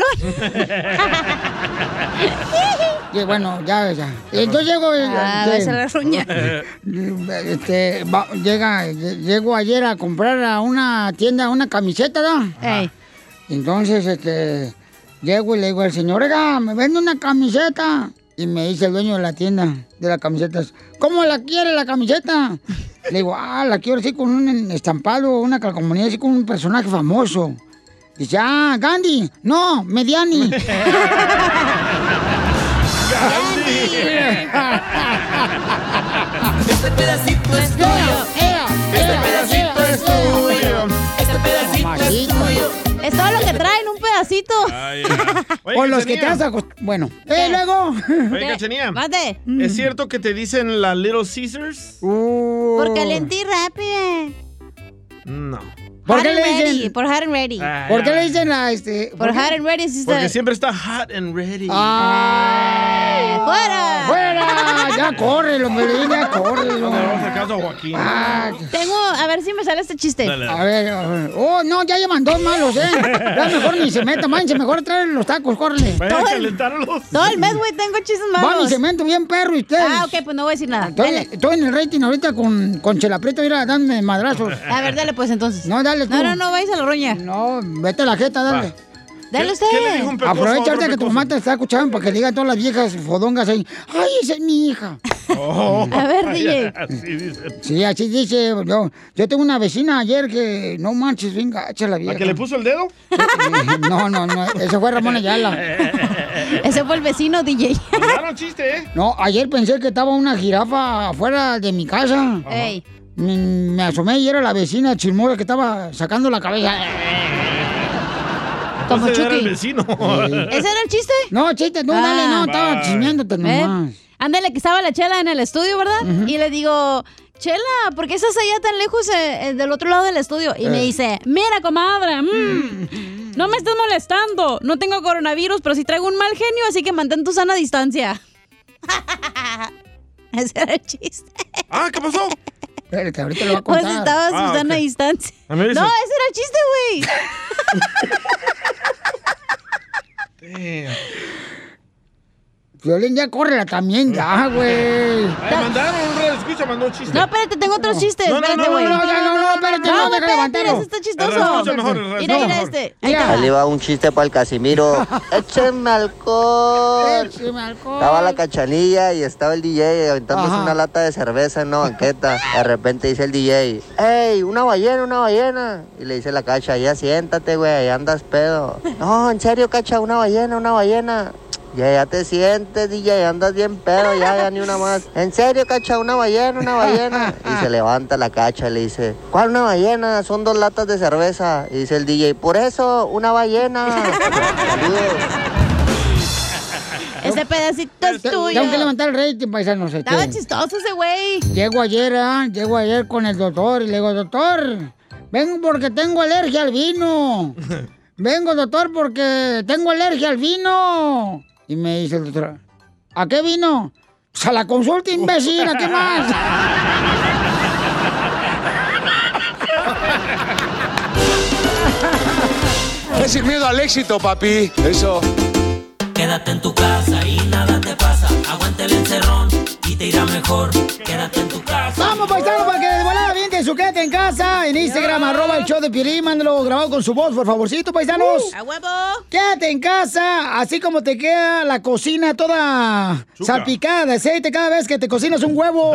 Y bueno, ya, ya. Entonces llego... Ah, este, ves a la ruña. este, va- llega, lle- llego ayer a comprar a una tienda una camiseta, ¿no? Ey. Entonces, este, llego y le digo al señor, oiga, me vende una camiseta. Y me dice el dueño de la tienda de las camisetas, ¿cómo la quiere la camiseta? Le digo, ah, la quiero así con un estampado, una calcomanía así con un personaje famoso. Dice, ah, Gandhi. No, Mediani. Este pedacito es tuyo. Este pedacito es tuyo. Este pedacito es tuyo. Es todo lo que traen, un pedacito. Ay, ya. Oye, Con los que te Cachanilla. has acost- Bueno, eh, luego. Oye, Cachanilla. Mate. ¿Es cierto que te dicen la Little Caesars? Uh, Por caliente y rápido. No. ¿Por Hot qué and le ready, dicen? Por hot and ready. Ah, ¿Por qué ya. le dicen la este? Por qué? hot and ready sí Porque está. siempre está hot and ready. ¡Ah! ¡Fuera! ¡Fuera! Ya córrelo, Melín, ya córrelo. No le vamos a hacer caso a Joaquín. Ah, Tengo, a ver si me sale este chiste. Dale. a ver, a ver. Oh, no, ya llevan dos malos, ¿eh? Ya mejor ni se meta, man, mejor traer los tacos, córrele. Vaya a todo el- calentarlos. Todo el mes, güey, tengo chistes Va mi malos. cemento bien perro y ustedes. Ah, ok, pues no voy a decir nada. Estoy, Dale. estoy en el rating ahorita con, con Chela Prieto, mira, dándome madrazos. A ver, dale pues entonces. No, dale tú. No, no, no, vais a la roña. No, vete a la jeta, dale. Dale ¿Qué- usted. ¿Qué le dijo un pecoso a Aprovecha otro ahorita que tu pecoso? mamá te está escuchando para que le digan todas las viejas fodongas ahí. ¡Ay, esa es mi hija! Oh, A ver, D J. Así dice. Sí, así dice. Yo, yo tengo una vecina ayer que no manches, bien gacha la vieja. ¿La que le puso el dedo? No, no, no. Ese fue Ramón Ayala. Ese fue el vecino, D J. Mandaron chiste, ¿eh? No, ayer pensé que estaba una jirafa afuera de mi casa. Ey. Me, me asomé y era la vecina chismosa que estaba sacando la cabeza. Como Entonces era el Chucky. vecino. ¿Ese era el chiste? No, chiste, no, Ah. dale, no, estaba Bye. chismeándote ¿Eh? nomás. Ándale, que estaba la Chela en el estudio, ¿verdad? Y le digo, Chela, ¿por qué estás allá tan lejos eh, eh, del otro lado del estudio? Y me Eh. dice, mira, comadre, mm, no me estés molestando. No tengo coronavirus, pero sí traigo un mal genio, así que mantén tu sana distancia. Ese era el chiste. Ah, ¿qué pasó? Espérate, ahorita lo voy a Pues contar. estaba a su Ah, sana ok. distancia. A mí No, dice- ese era el chiste, güey. Damn. Violín, ya córrela también, ya, güey. Ay, mandaron un radio escucha, mandó un chiste. No, espérate, tengo otros chistes. No, no, espérate, no, güey. No, ya, no, no, espérate, no, No, deja espérate, levantarlo. ese está El chistoso. radio escucha mejor, el radio Mira, escucha mira mejor. este. Ahí te Mira. va. Ahí le va un chiste para el Casimiro. Échenme alcohol. Écheme alcohol. Estaba la Cachanilla y estaba el D J aventándose Ajá. una lata de cerveza en una banqueta. De repente dice el D J, ¡Ey, una ballena, una ballena! Y le dice la Cacha, ya siéntate, güey, ya andas pedo. No, en serio, Cacha, una ballena, una ballena. Ya, ya te sientes, D J, andas bien pedo, ya, ya ni una más. En serio, Cacha, una ballena, una ballena. Y se levanta la Cacha y le dice, ¿cuál una ballena? Son dos latas de cerveza. Y dice el D J, por eso, una ballena. Saludos. Ese pedacito es Te- tuyo. Tengo que levantar el rating, paisanos. este. Estaba chistoso ese güey. Llego ayer, ¿ah? Llego ayer con el doctor y le digo, doctor, vengo porque tengo alergia al vino. Vengo, doctor, porque tengo alergia al vino. Y me dice el doctor, ¿a qué vino? Pues a la consulta, imbécil, ¿a qué más? Es sin miedo al éxito, papi. Eso. Quédate en tu casa y nada te pasa. Aguante el encerrón y te irá mejor. Quédate en tu casa. Vamos, paisano, para que de volada avienten su quédate en casa en Instagram, yeah. arroba el show de Piolín. Mándalo grabado con su voz, por favorcito, paisanos. Uh, ¡A huevo! Quédate en casa, así como te queda la cocina toda Chuca. salpicada de aceite cada vez que te cocinas un huevo.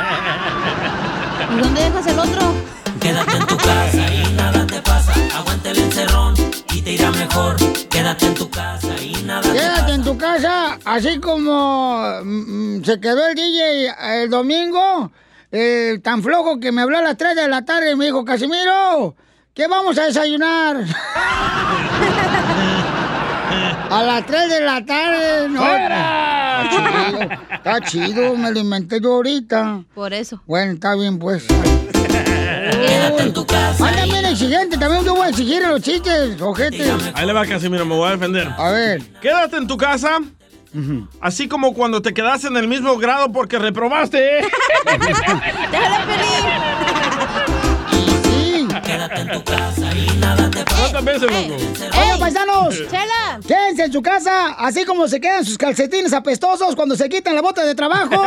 ¿Y dónde dejas el otro? Quédate en tu casa y nada te pasa. Aguanta el encerrón y te irá mejor. Quédate en tu casa y nada te Quédate pasa. en tu casa, así como mm, se quedó el D J el domingo, eh, tan flojo que me habló a las tres de la tarde y me dijo, Casimiro, ¿qué vamos a desayunar? A las tres de la tarde, ¿no? ¡Fuera! Está chido, está chido, me lo inventé yo ahorita. Por eso. Bueno, está bien, pues. Quédate en tu casa. Anda bien exigente, también yo voy a exigir en los chistes, ojete. Ahí le va, Casimiro, me voy a defender. A ver. Quédate en tu casa, uh-huh. así como cuando te quedaste en el mismo grado porque reprobaste. ¡Déjalo, Piolín! Sí. Quédate en tu casa y nada te pasa. ¿Cuántas veces, loco? ¡Oye, paisanos! ¡Chela! Quédense en su casa, así como se quedan sus calcetines apestosos cuando se quitan la bota de trabajo.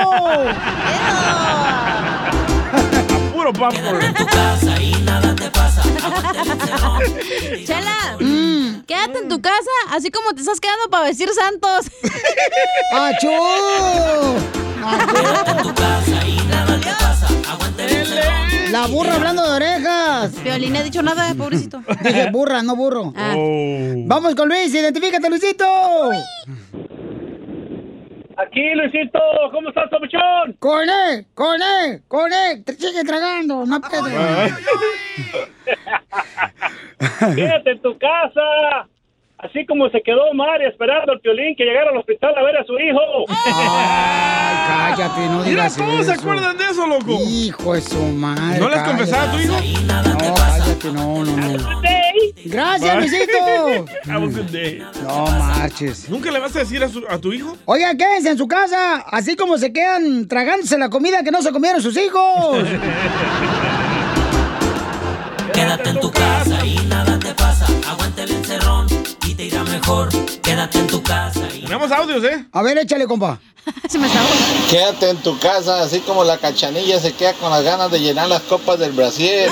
Puro popcorn. Quédate en tu casa y nada te pasa. Chela, mm. quédate en tu casa, así como te estás quedando para vestir santos. ¡Achú! Quédate en tu casa y nada te pasa. Aguante el encerrón. La burra hablando de orejas. Piolín no ha dicho nada, pobrecito. Dije burra, no burro. Ah. Oh. Vamos con Luis, identifícate, Luisito. Aquí, Luisito, ¿cómo estás, papuchón? Con él, con él, con él. Te sigue tragando, no pedo. Quédate en tu casa. Así como se quedó María esperando al Piolín que llegara al hospital a ver a su hijo. Ay, cállate, no digas Mira, ¿todos eso. se acuerdan de eso, loco? Hijo de su madre. ¿No le has confesado a tu hijo? No, cállate, no, no, no. Gracias, Luisito. Have a good day. No marches. ¿Nunca le vas a decir a, su, a tu hijo? Oiga, quédense en su casa, así como se quedan tragándose la comida que no se comieron sus hijos. Quédate en tu casa y nada te pasa. Aguanta el encerrón y te irá mejor. Quédate en tu casa y... Tenemos audios, ¿eh? A ver, échale, compa. Se me está ahogando. Quédate en tu casa, así como la Cachanilla se queda con las ganas de llenar las copas del brasier.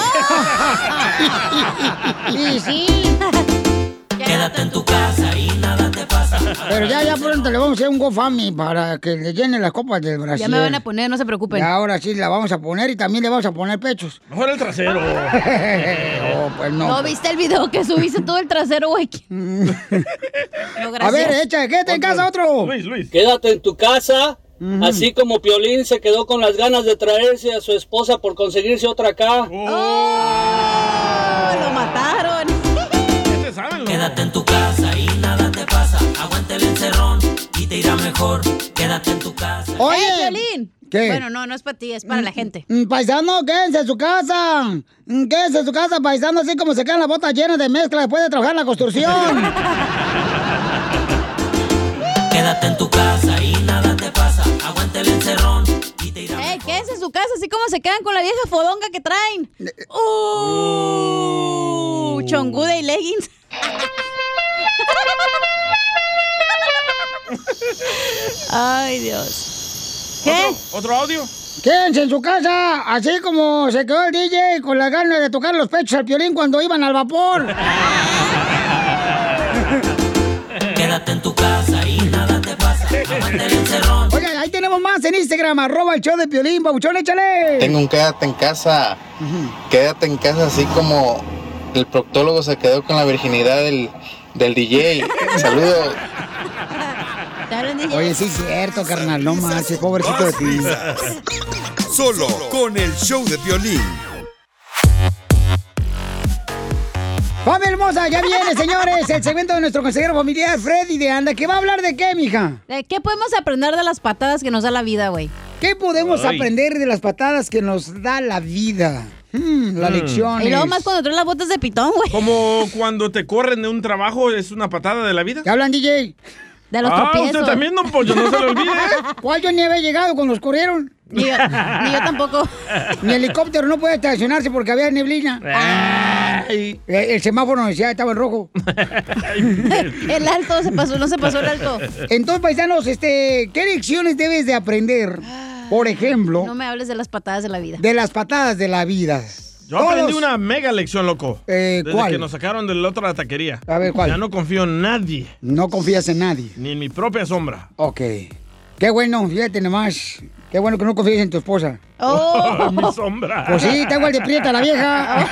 Y sí. Quédate en tu casa y nada te pasa. Pero ya, ya pronto le vamos a hacer un GoFundMe para que le llenen las copas del Brasil. Ya me van a poner, no se preocupen. Y ahora sí la vamos a poner y también le vamos a poner pechos. Mejor el trasero. Oh, pues no. ¿No viste el video que subiste todo el trasero, güey? No, a ver, echa, quédate en casa otro. Luis, Luis. Quédate en tu casa. Uh-huh. Así como Piolín se quedó con las ganas de traerse a su esposa por conseguirse otra acá. Oh, oh, lo mataron. Saben, quédate en tu casa y nada te pasa. Aguante el encerrón y te irá mejor. Quédate en tu casa. Oye, hey, Piolín. ¿Qué? Bueno, no, no es para ti, es para la gente. Paisano, quédense en su casa. Quédense en su casa, paisano, así como se quedan las botas llenas de mezcla después de trabajar en la construcción. Quédate en tu casa y nada te pasa. Aguante el encerrón y te irá hey, mejor. quédense en su casa, así como se quedan con la vieja fodonga que traen. Uh, uh. Chonguda y leggings. Ay, Dios. ¿Qué? ¿Otro, ¿Otro audio? Quédense en su casa, así como se quedó el D J con la ganas de tocar los pechos al Piolín cuando iban al vapor. Quédate en tu casa y nada te pasa. Aguanta el encerrón. Oigan, ahí tenemos más en Instagram, arroba el show de Piolín. Pabuchón, échale. Tengo un quédate en casa. Uh-huh. Quédate en casa, así como el proctólogo se quedó con la virginidad del, del D J. Saludos. Oye, sí es cierto, carnal, no manches, pobrecito de ti. Solo con el show de Piolín. ¡Familia hermosa! Ya viene, señores, el segmento de nuestro consejero familiar, Freddy de Anda, que va a hablar de qué, mija. ¿De qué podemos aprender de las patadas que nos da la vida, güey? ¿Qué podemos Ay. aprender de las patadas que nos da la vida? Hmm, la mm. lección. Y luego más cuando traes las botas de pitón, güey. Como cuando te corren de un trabajo, es una patada de la vida. ¿Qué hablan, D J? De los ah, tropiezos. usted también, don Poncho, no se lo olvide. ¿Cuál yo ni había llegado cuando los corrieron? Ni yo, ni yo tampoco. Mi helicóptero no puede estacionarse porque había neblina. Ay. El, el semáforo decía, estaba en rojo. El alto se pasó, no se pasó el alto. Entonces, paisanos, este, ¿qué lecciones debes de aprender Por ejemplo... No me hables de las patadas de la vida. De las patadas de la vida. Yo aprendí una mega lección, loco. Eh, Desde ¿cuál? que nos sacaron del otro de la taquería. A ver, ¿cuál? Ya no confío en nadie. No confías en nadie. Ni en mi propia sombra. Ok. Qué bueno, fíjate nomás. Qué bueno que no confíes en tu esposa. Oh, mi sombra. Pues sí, está igual de prieta la vieja.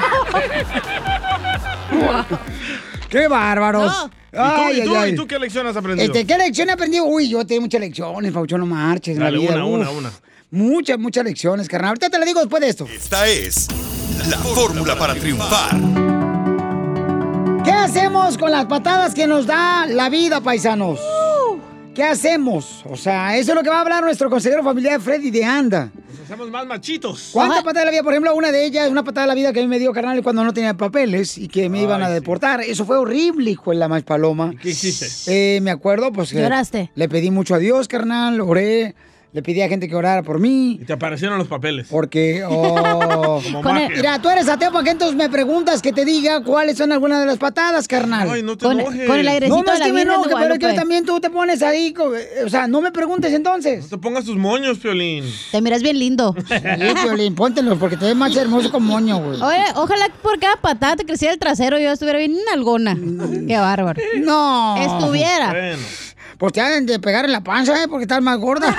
¡Qué bárbaros! No. Ay, ¿Y, tú, ¿y, tú, ay, ay. ¿Y tú qué lección has aprendido? Este, ¿Qué lección he aprendido? Uy, yo tengo muchas lecciones, Pauchón, no marches. Dale, en la vida. una, Uf, una, una. Muchas, muchas lecciones, carnal. Ahorita te la digo después de esto. Esta es la fórmula para triunfar. ¿Qué hacemos con las patadas que nos da la vida, paisanos? ¿Qué hacemos? O sea, eso es lo que va a hablar nuestro consejero familiar Freddy de Anda. Nos hacemos más machitos. ¿Cuántas patadas de la vida? Por ejemplo, una de ellas es una patada de la vida que a mí me dio, carnal, cuando no tenía papeles y que me Ay, iban a deportar. Sí. Eso fue horrible, hijo de la más paloma. ¿Qué hiciste? Eh, me acuerdo, pues... ¿Lloraste? Le pedí mucho a Dios, carnal, oré. Le pedí a gente que orara por mí. Y te aparecieron los papeles. Porque, oh... Con el, mira, tú eres ateo, ¿para qué entonces me preguntas que te diga cuáles son algunas de las patadas, carnal? Ay, no te con, enojes. Con el airecito no, no de es la que me enoje, Virgen de pero es que Guadalupe. también tú te pones ahí, o sea, no me preguntes entonces. No te pongas tus moños, Piolín. Te miras bien lindo. Sí, Piolín, póntelos porque te ves más hermoso con moño, güey. Oye, ojalá por cada patada te creciera el trasero y yo estuviera bien nalgona. Qué bárbaro. No. Estuviera. Bueno. Pues te han de pegar en la panza, ¿eh? Porque estás más gorda.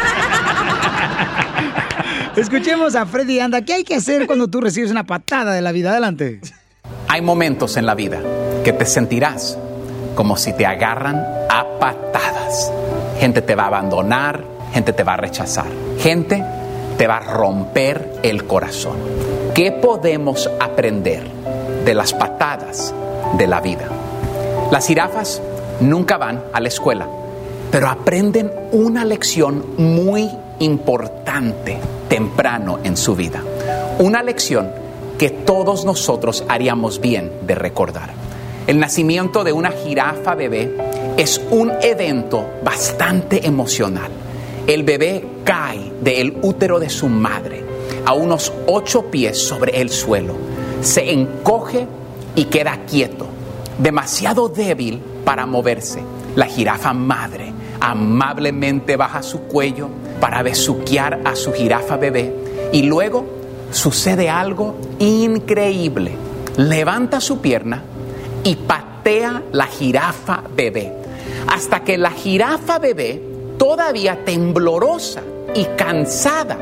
Escuchemos a Freddy Anda. ¿Qué hay que hacer cuando tú recibes una patada de la vida? Adelante. Hay momentos en la vida que te sentirás como si te agarran a patadas. Gente te va a abandonar, gente te va a rechazar, gente te va a romper el corazón. ¿Qué podemos aprender de las patadas de la vida? Las jirafas nunca van a la escuela, pero aprenden una lección muy importante temprano en su vida. Una lección que todos nosotros haríamos bien de recordar. El nacimiento de una jirafa bebé es un evento bastante emocional. El bebé cae del útero de su madre a unos ocho pies sobre el suelo. Se encoge y queda quieto, demasiado débil para moverse. La jirafa madre amablemente baja su cuello para besuquear a su jirafa bebé y luego sucede algo increíble. Levanta su pierna y patea la jirafa bebé hasta que la jirafa bebé, todavía temblorosa y cansada,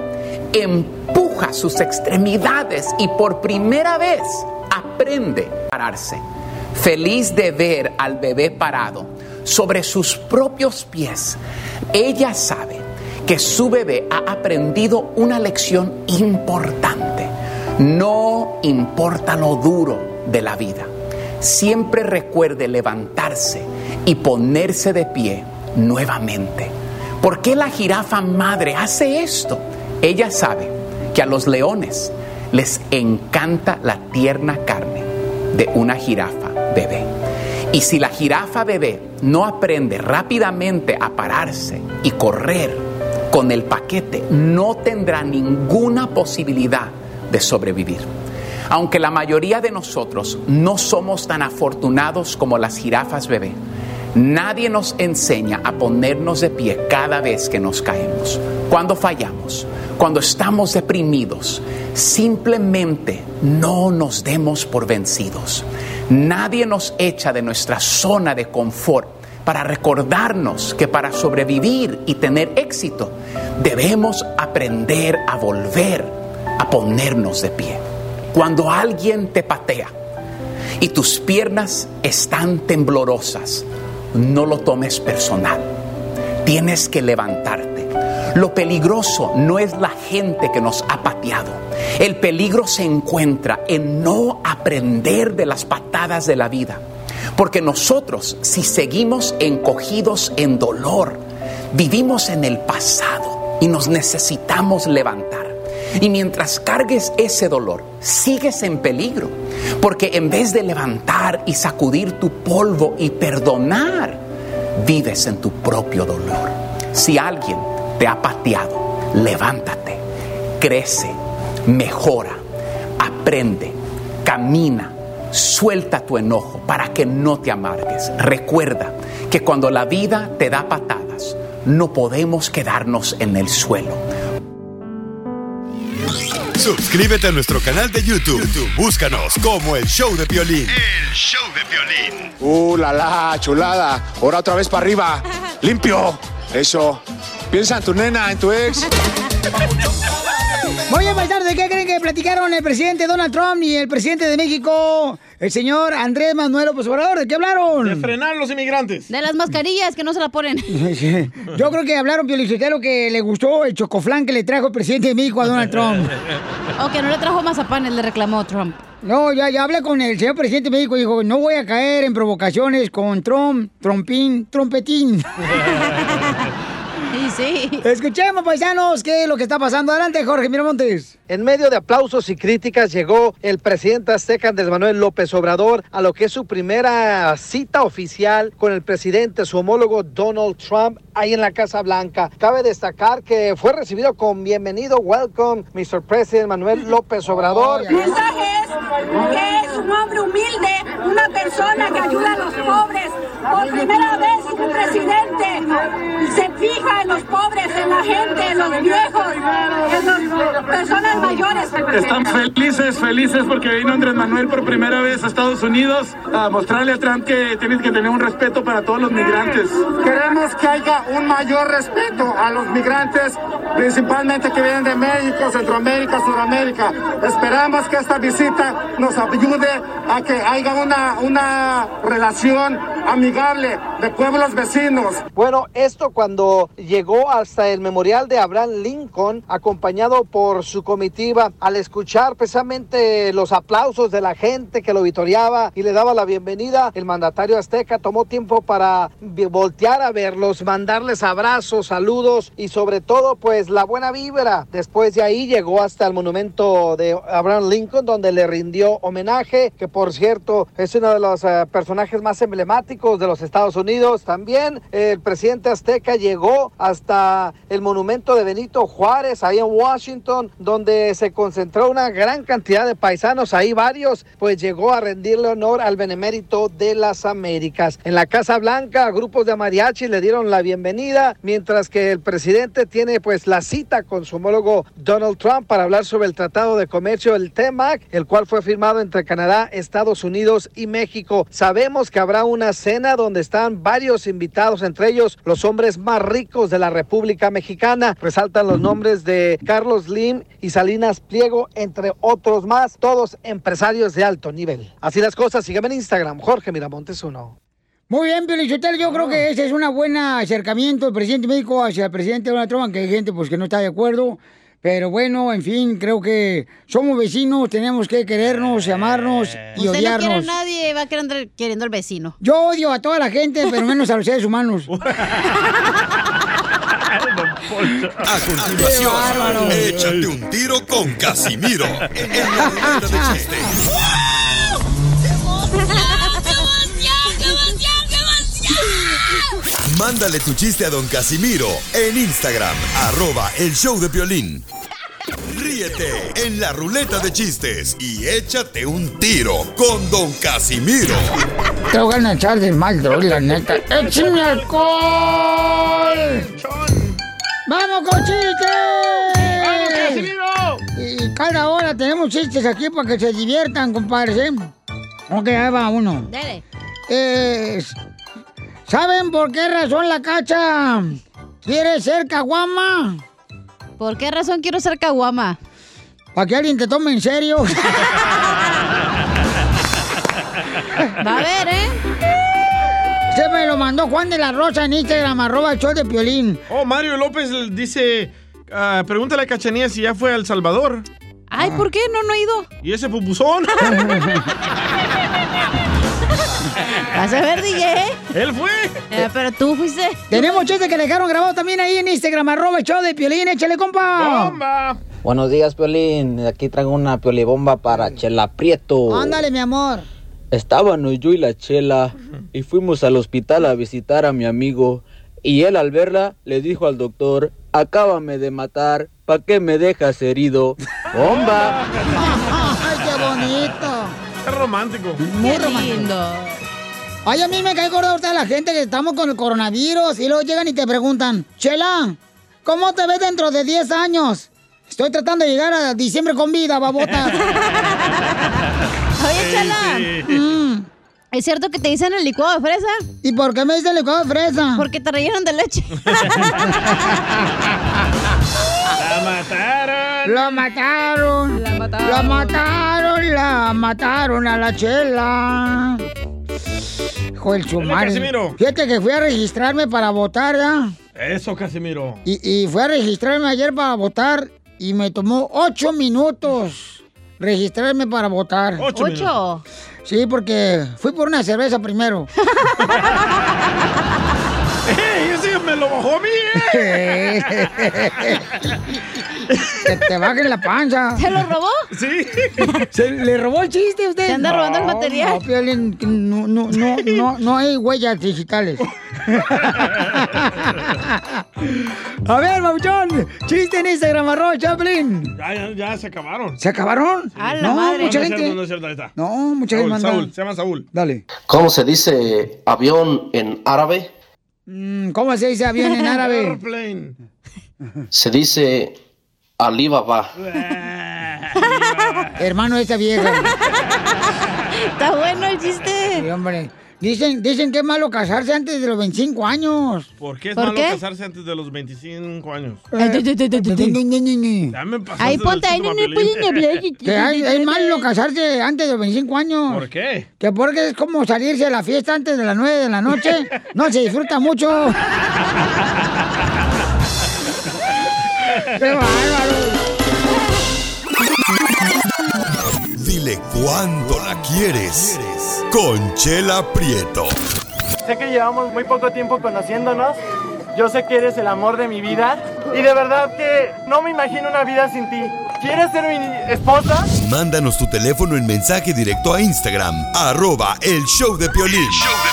empuja sus extremidades y por primera vez aprende a pararse. Feliz de ver al bebé parado sobre sus propios pies, ella sabe que su bebé ha aprendido una lección importante. No importa lo duro de la vida, siempre recuerde levantarse y ponerse de pie nuevamente. ¿Por qué la jirafa madre hace esto? Ella sabe que a los leones les encanta la tierna carne de una jirafa bebé. Y si la jirafa bebé no aprende rápidamente a pararse y correr con el paquete, no tendrá ninguna posibilidad de sobrevivir. Aunque la mayoría de nosotros no somos tan afortunados como las jirafas bebé, nadie nos enseña a ponernos de pie cada vez que nos caemos. Cuando fallamos, cuando estamos deprimidos, simplemente no nos demos por vencidos. Nadie nos echa de nuestra zona de confort para recordarnos que para sobrevivir y tener éxito, debemos aprender a volver a ponernos de pie. Cuando alguien te patea y tus piernas están temblorosas, no lo tomes personal. Tienes que levantarte. Lo peligroso no es la gente que nos ha pateado. El peligro se encuentra en no aprender de las patadas de la vida. Porque nosotros, si seguimos encogidos en dolor, vivimos en el pasado y nos necesitamos levantar. Y mientras cargues ese dolor, sigues en peligro. Porque en vez de levantar y sacudir tu polvo y perdonar, vives en tu propio dolor. Si alguien te ha pateado, levántate, crece, mejora, aprende, camina, suelta tu enojo para que no te amargues. Recuerda que cuando la vida te da patadas, no podemos quedarnos en el suelo. Suscríbete a nuestro canal de YouTube. YouTube, búscanos como El Show de Piolín. El Show de Piolín. Uh, la la, chulada. Ahora otra vez para arriba. Limpio. Eso. Piensa en tu nena, en tu ex. Voy a pensar de qué creen que platicaron el presidente Donald Trump y el presidente de México, el señor Andrés Manuel López Obrador. ¿De qué hablaron? De frenar los inmigrantes. De las mascarillas que no se la ponen. Yo creo que hablaron, Piolichotelo, que le gustó el chocoflán que le trajo el presidente de México a Donald Trump. O que no le trajo mazapanes, le reclamó Trump. No, ya, ya hablé con el señor presidente de México y dijo, no voy a caer en provocaciones con Trump, trompín, trompetín. Sí, sí. Escuchemos, paisanos, qué es lo que está pasando. Adelante, Jorge Miramontes. En medio de aplausos y críticas llegó el presidente azteca Andrés Manuel López Obrador a lo que es su primera cita oficial con el presidente, su homólogo Donald Trump, ahí en la Casa Blanca. Cabe destacar que fue recibido con bienvenido, welcome, mister President Manuel López Obrador. El mensaje es que es un hombre humilde, una persona que ayuda a los pobres. Por primera vez un presidente se fija en los pobres, en la gente, en los viejos, en las personas mayores. Están felices, felices porque vino Andrés Manuel por primera vez a Estados Unidos a mostrarle a Trump que tienes que tener un respeto para todos los migrantes. Queremos que haya un mayor respeto a los migrantes, principalmente que vienen de México, Centroamérica, Sudamérica. Esperamos que esta visita nos ayude a que haya una, una relación amigable de pueblos vecinos. Bueno, esto cuando llegó hasta el memorial de Abraham Lincoln, acompañado por su comitiva, al escuchar precisamente los aplausos de la gente que lo vitoreaba y le daba la bienvenida, el mandatario azteca tomó tiempo para voltear a verlos, mandarles abrazos, saludos y sobre todo pues la buena vibra. Después de ahí llegó hasta el monumento de Abraham Lincoln, donde le rindió homenaje, que por cierto es uno de los uh, personajes más emblemáticos de los Estados Unidos. También el presidente azteca llegó hasta el monumento de Benito Juárez, ahí en Washington, donde se concentró una gran cantidad de paisanos, ahí varios, pues llegó a rendirle honor al benemérito de las Américas. En la Casa Blanca, grupos de mariachi le dieron la bienvenida, mientras que el presidente tiene pues la cita con su homólogo Donald Trump para hablar sobre el Tratado de Comercio, el T M A C, el cual fue firmado entre Canadá, Estados Unidos y México. Sabemos que habrá una cena donde están varios invitados, entre ellos los hombres más ricos de la República Mexicana. Resaltan los nombres de Carlos Slim y Salinas Pliego, entre otros más, todos empresarios de alto nivel. Así las cosas, sígueme en Instagram, Jorge Miramontes uno. Muy bien, Piolichotelo, yo creo que ese es un buen acercamiento del presidente de México hacia el presidente Donald Trump, que hay gente pues que no está de acuerdo. Pero bueno, en fin, creo que somos vecinos, tenemos que querernos, amarnos y Usted odiarnos. no quiere a nadie, va a querer andar queriendo al vecino. Yo odio a toda la gente, pero menos a los seres humanos. A continuación, échate un tiro con Casimiro en la ruleta de chistes. Mándale tu chiste a don Casimiro en Instagram, arroba el show de Piolín. Ríete en la ruleta de chistes y échate un tiro con don Casimiro. Te voy a echar de mal, droga, la neta. ¡Échame alcohol! ¡Vamos con chistes! ¡Vamos, Casimiro! Y cada hora tenemos chistes aquí para que se diviertan, compadres, ¿eh? Ok, ahí va uno. Dale. Eh... ¿Saben por qué razón la Cacha quiere ser caguama? ¿Por qué razón quiero ser caguama? Para que alguien te tome en serio. Va a ver, ¿eh? Se me lo mandó Juan de la Rosa en Instagram, arroba el show de Piolín. Oh, Mario López le dice, uh, pregúntale a Cachanía si ya fue a El Salvador. Ay, ¿por qué? No, no he ido. ¿Y ese pupuzón? Vas a ver, D J. Él fue. Eh, pero tú fuiste. Tenemos chistes que le dejaron grabado también ahí en Instagram, arroba el show de Piolín. Échale, compa. ¡Bomba! Buenos días, Piolín. Aquí traigo una piolibomba para Chela Prieto. Ándale, mi amor. Estábamos yo y la Chela y fuimos al hospital a visitar a mi amigo. Y él al verla le dijo al doctor, acábame de matar, ¿pa' qué me dejas herido? ¡Bomba! ¡Ay, qué bonito! Es romántico. Muy Qué romántico. lindo. Ay, a mí me cae gordo ahorita la gente que estamos con el coronavirus y luego llegan y te preguntan, Chela, ¿cómo te ves dentro de diez años? Estoy tratando de llegar a diciembre con vida, babota. Oye, Chala. Sí, sí. Mm. ¿Es cierto que te dicen el licuado de fresa? ¿Y por qué me dicen licuado de fresa? Porque te rellenan de leche. ¡La mataron! ¡La mataron! La mataron. ¡La mataron! ¡La mataron a la Chela! Hijo del sumar. Casimiro. Fíjate que fui a registrarme para votar, ¿ya? Eso, Casimiro. Y, y fui a registrarme ayer para votar y me tomó ocho minutos registrarme para votar. ¿Ocho? ¿Ocho? Sí, porque fui por una cerveza primero. ¡Ey! ¡Ese me lo bajó a mí! ¿eh? Que te bajen la panza. ¿Se lo robó? Sí. ¿Se le robó el chiste a usted? Se anda No, robando el material. No, Piolín, no, no, no, no, no hay huellas digitales. A ver, Mauchón, chiste en Instagram, arroba Chaplin. Ya, ya, ya se acabaron. ¿Se acabaron? A la no, madre. mucha No, no es gente. cierto, no es cierto, ahí está. No, mucha gente Saúl, manda. Saúl, se llama Saúl. Dale. ¿Cómo se dice avión en árabe? Mm, ¿Cómo se dice avión en árabe? Airplane. Se dice Alibaba. Hermano de esta vieja. Está bueno el chiste. Sí, hombre. Dicen, dicen que es malo casarse antes de los veinticinco años. ¿Por qué es ¿Por malo qué? casarse antes de los veinticinco años? Eh, Ya me pasaste Ahí del ponte, ahí síntoma, no Piolín. pueden hablar. Que hay- es malo casarse antes de los veinticinco años. ¿Por qué? Que porque es como salirse a la fiesta antes de las nueve de la noche. No se disfruta mucho. ¡Qué bárbaro! Dile cuándo la quieres. Conchela Prieto. Sé que llevamos muy poco tiempo conociéndonos. Yo sé que eres el amor de mi vida. Y de verdad que no me imagino una vida sin ti. ¿Quieres ser mi esposa? Mándanos tu teléfono en mensaje directo a Instagram, arroba el show de Piolín.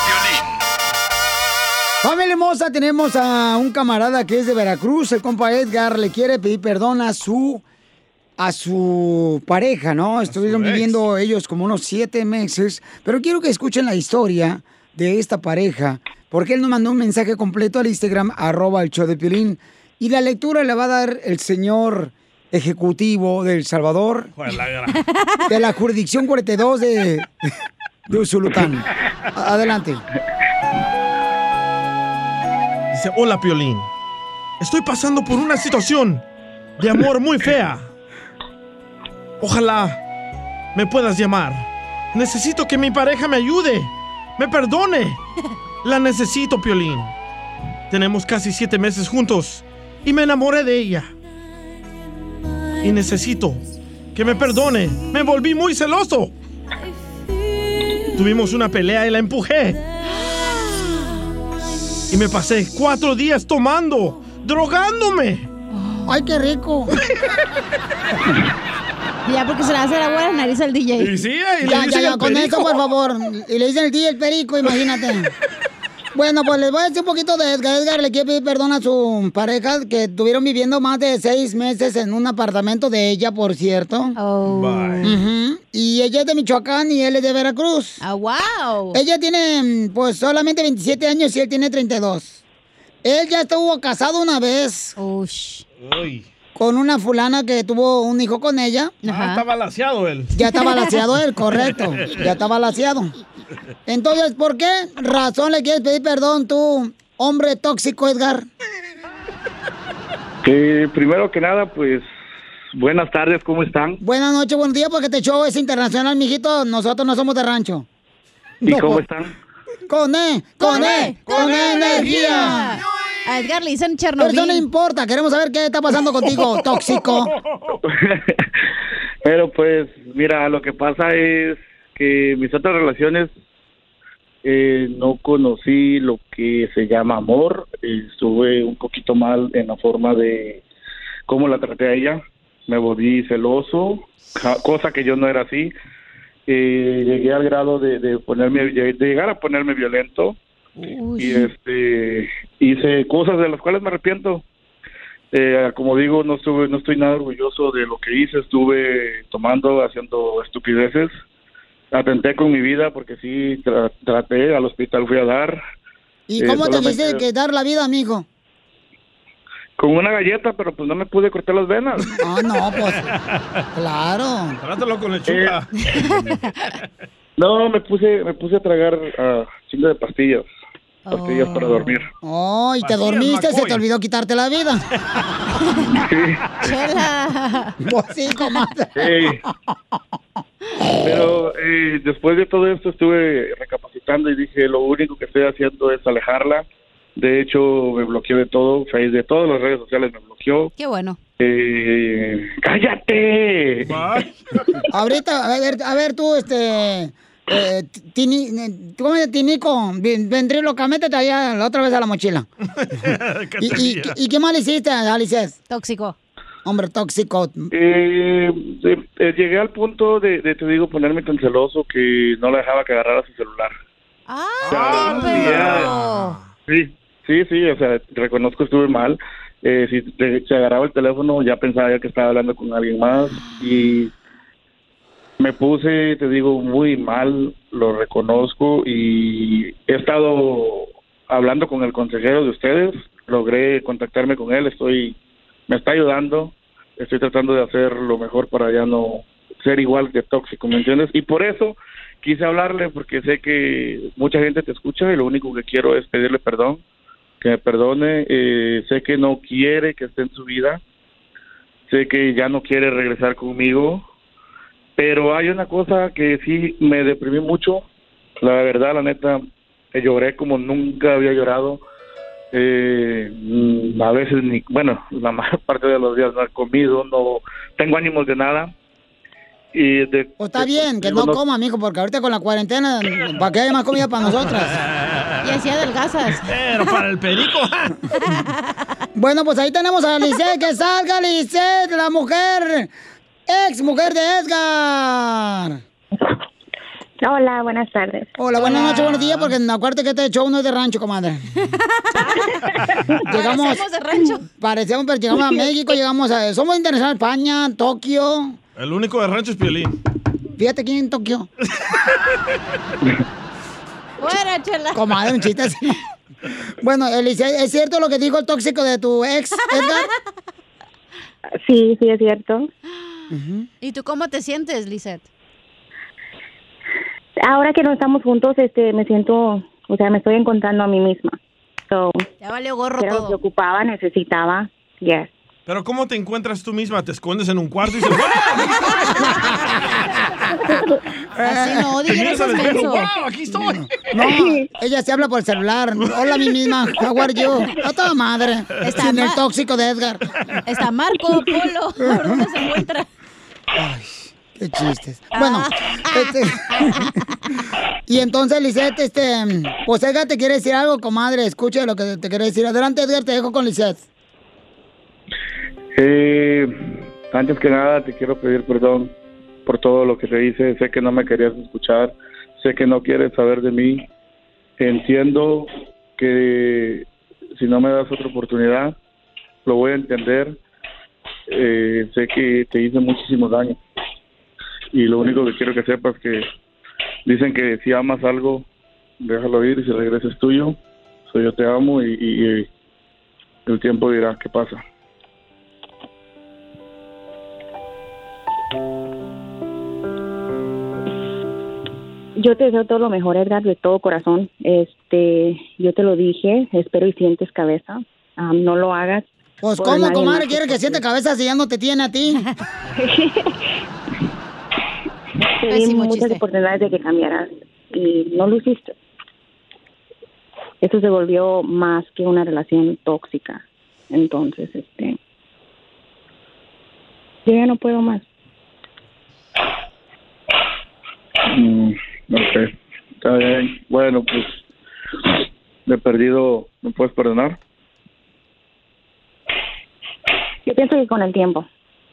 Familia hermosa, tenemos a un camarada que es de Veracruz, el compa Edgar, le quiere pedir perdón a su a su pareja, ¿no? Estuvieron ex. viviendo ellos como unos siete meses, pero quiero que escuchen la historia de esta pareja, porque él nos mandó un mensaje completo al Instagram, arroba el show de Piolín, y la lectura le va a dar el señor ejecutivo de El Salvador, Joder, la gra- de la jurisdicción cuarenta y dos de, de Usulután. A- Adelante. Dice, hola Piolín. Estoy pasando por una situación de amor muy fea. Ojalá me puedas llamar. Necesito que mi pareja me ayude. Me perdone. La necesito, Piolín. Tenemos casi siete meses juntos y me enamoré de ella. Y necesito que me perdone. Me volví muy celoso. Tuvimos una pelea y la empujé. Y me pasé cuatro días tomando, drogándome. ¡Ay, qué rico! Ya porque se le hace agua a la nariz al D J. Y sí, y le Ya, ya, dicen ya, el con perico. eso, por favor. Y le dicen el día el perico, imagínate. Bueno, pues les voy a decir un poquito de Edgar. Edgar le quiere pedir perdón a su pareja que estuvieron viviendo más de seis meses en un apartamento de ella, por cierto. Oh. Bye. Ujú. Y ella es de Michoacán y él es de Veracruz. Ah, wow. Ella tiene, pues, solamente veintisiete años y él tiene treinta y dos. Él ya estuvo casado una vez Ush. Uy. con una fulana que tuvo un hijo con ella. Ah, está balaseado él. Ya está balaseado él, correcto. Ya está balaseado. Entonces, ¿por qué razón le quieres pedir perdón tú, hombre tóxico, Edgar? Que primero que nada, pues, buenas tardes, ¿cómo están? Buenas noches, buenos días, porque este show es internacional, mijito. Nosotros no somos de rancho. ¿Y No. cómo están? Con E, con E, con E energía. A Edgar le dicen Pero eso no Chernobyl. importa, queremos saber qué está pasando contigo, tóxico. Pero pues, mira, lo que pasa es que mis otras relaciones eh, no conocí lo que se llama amor. Eh, estuve un poquito mal en la forma de cómo la traté a ella. Me volví celoso, ja- cosa que yo no era así. Eh, llegué al grado de, de ponerme, de llegar a ponerme violento. Y este hice cosas de las cuales me arrepiento. Eh, como digo, no estuve, no estoy nada orgulloso de lo que hice. Estuve tomando, haciendo estupideces. Atenté con mi vida porque sí tra- traté, al hospital fui a dar. ¿Y Eh, cómo te solamente- quisiste que dar la vida, amigo? Con una galleta, pero pues no me pude cortar las venas. Ah, no, pues, claro. Trátalo con lechuga. Eh, no, me puse, me puse a tragar uh, chingo de pastillas. Pastillas oh. para dormir. Oh, y te dormiste, McCoy. Se te olvidó quitarte la vida. Sí. Chela. Pues sí, comadre. Sí. Pero eh, después de todo esto estuve recapacitando y dije, lo único que estoy haciendo es alejarla. De hecho, me bloqueó de todo, Face, de todas las redes sociales me bloqueó. Qué bueno. Eh, ¡Cállate! Ahorita, a ver, a ver tú, este... Eh, tini, ¿Cómo es Tinico? Ventrilo, métete allá la otra vez a la mochila. ¿Y, y, ¿Y qué mal hiciste, Alice? Tóxico. Hombre, tóxico. Eh, eh, eh, llegué al punto de, de, te digo, ponerme tan celoso que no la dejaba que agarrara su celular. ¡Ah, o sea, pero... Sí, sí, sí, o sea, reconozco que estuve mal. Eh, si te, se agarraba el teléfono, ya pensaba ya que estaba hablando con alguien más y... Me puse, te digo, muy mal, lo reconozco, y he estado hablando con el consejero de ustedes, logré contactarme con él, estoy, me está ayudando, estoy tratando de hacer lo mejor para ya no ser igual de tóxico, ¿me entiendes? Y por eso quise hablarle, porque sé que mucha gente te escucha y lo único que quiero es pedirle perdón, que me perdone, eh, sé que no quiere que esté en su vida, sé que ya no quiere regresar conmigo. Pero hay una cosa que sí me deprimí mucho, la verdad, la neta, lloré como nunca había llorado, eh, a veces ni, bueno, la mayor parte de los días no he comido, no tengo ánimos de nada. Y de, pues está de, bien, que no, no coma, mijo, porque ahorita con la cuarentena, para que haya más comida para nosotras. Y así adelgazas. Pero para el perico. Bueno, pues ahí tenemos a Lisette, que salga Lisette, la mujer... ex mujer de Edgar. Hola, buenas tardes. Hola, buenas noches, buenos días, porque acuérdate que este show no es de rancho, comadre. Llegamos, parecemos de rancho. Parecemos, pero llegamos a México, llegamos a... Somos internacionales, España, Tokio. El único de rancho es Piolín. Fíjate quién en Tokio. Fuera, chela. Comadre, un chiste así. Bueno, Elise, ¿es cierto lo que dijo el tóxico de tu ex, Edgar? Sí, sí, es cierto. Uh-huh. ¿Y tú cómo te sientes, Lisette? Ahora que no estamos juntos, este, me siento, o sea, me estoy encontrando a mí misma. So, ya valió gorro todo. Me preocupaba, necesitaba, yes. Pero ¿cómo te encuentras tú misma? ¿Te escondes en un cuarto y dices, así no, dígale eso es ¡wow, aquí estoy! No, ella se habla por el celular. Hola, mi misma, how are you? A toda madre. Está sin el tóxico de Edgar. Está Marco Polo. ¿Por dónde se encuentra? Ay, qué chistes. Bueno, este... y entonces, Lisette, este... pues Edgar te quiere decir algo, comadre. Escucha lo que te quiere decir. Adelante, Edgar, te dejo con Lisette. Eh, antes que nada, te quiero pedir perdón por todo lo que te hice. Sé que no me querías escuchar, sé que no quieres saber de mí. Entiendo que si no me das otra oportunidad, lo voy a entender. Eh, sé que te hice muchísimo daño y lo único que quiero que sepas es que dicen que si amas algo, déjalo ir y si regresa es tuyo. So, yo te amo y, y, y el tiempo dirá qué pasa. Yo te deseo todo lo mejor, Edgar, de todo corazón. Este, yo te lo dije, espero y sientes cabeza. Um, no lo hagas. Pues, ¿cómo, comadre, quiere que siente cabeza si ya no te tiene a ti? Te di muchas chiste. oportunidades de que cambiaras y no lo hiciste. Esto se volvió más que una relación tóxica. Entonces, este... yo ya no puedo más. Mm. Ok, está bien. Bueno, pues, me he perdido, ¿me puedes perdonar? Yo pienso que con el tiempo.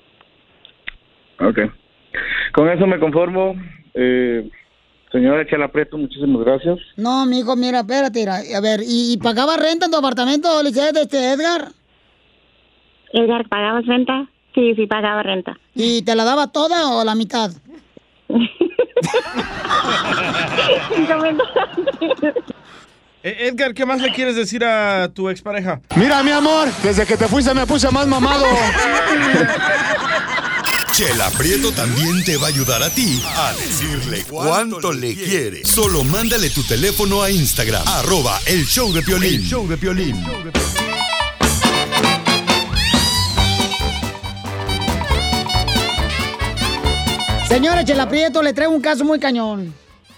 Ok. Con eso me conformo. Eh, señora Chela Prieto, muchísimas gracias. No, mijo, mira, espérate, mira. A ver, ¿y, y pagaba renta en tu apartamento, Lisette, este, Edgar? Edgar, ¿pagabas renta? Sí, sí, pagaba renta. ¿Y te la daba toda o la mitad? Eh, Edgar, ¿qué más le quieres decir a tu expareja? Mira, mi amor, desde que te fuiste me puse más mamado. Chela Prieto también te va a ayudar a ti a decirle cuánto le quiere. Solo mándale tu teléfono a Instagram, arroba el show de Piolín. El show de Piolín. Señora Chela Prieto, le traigo un caso muy cañón.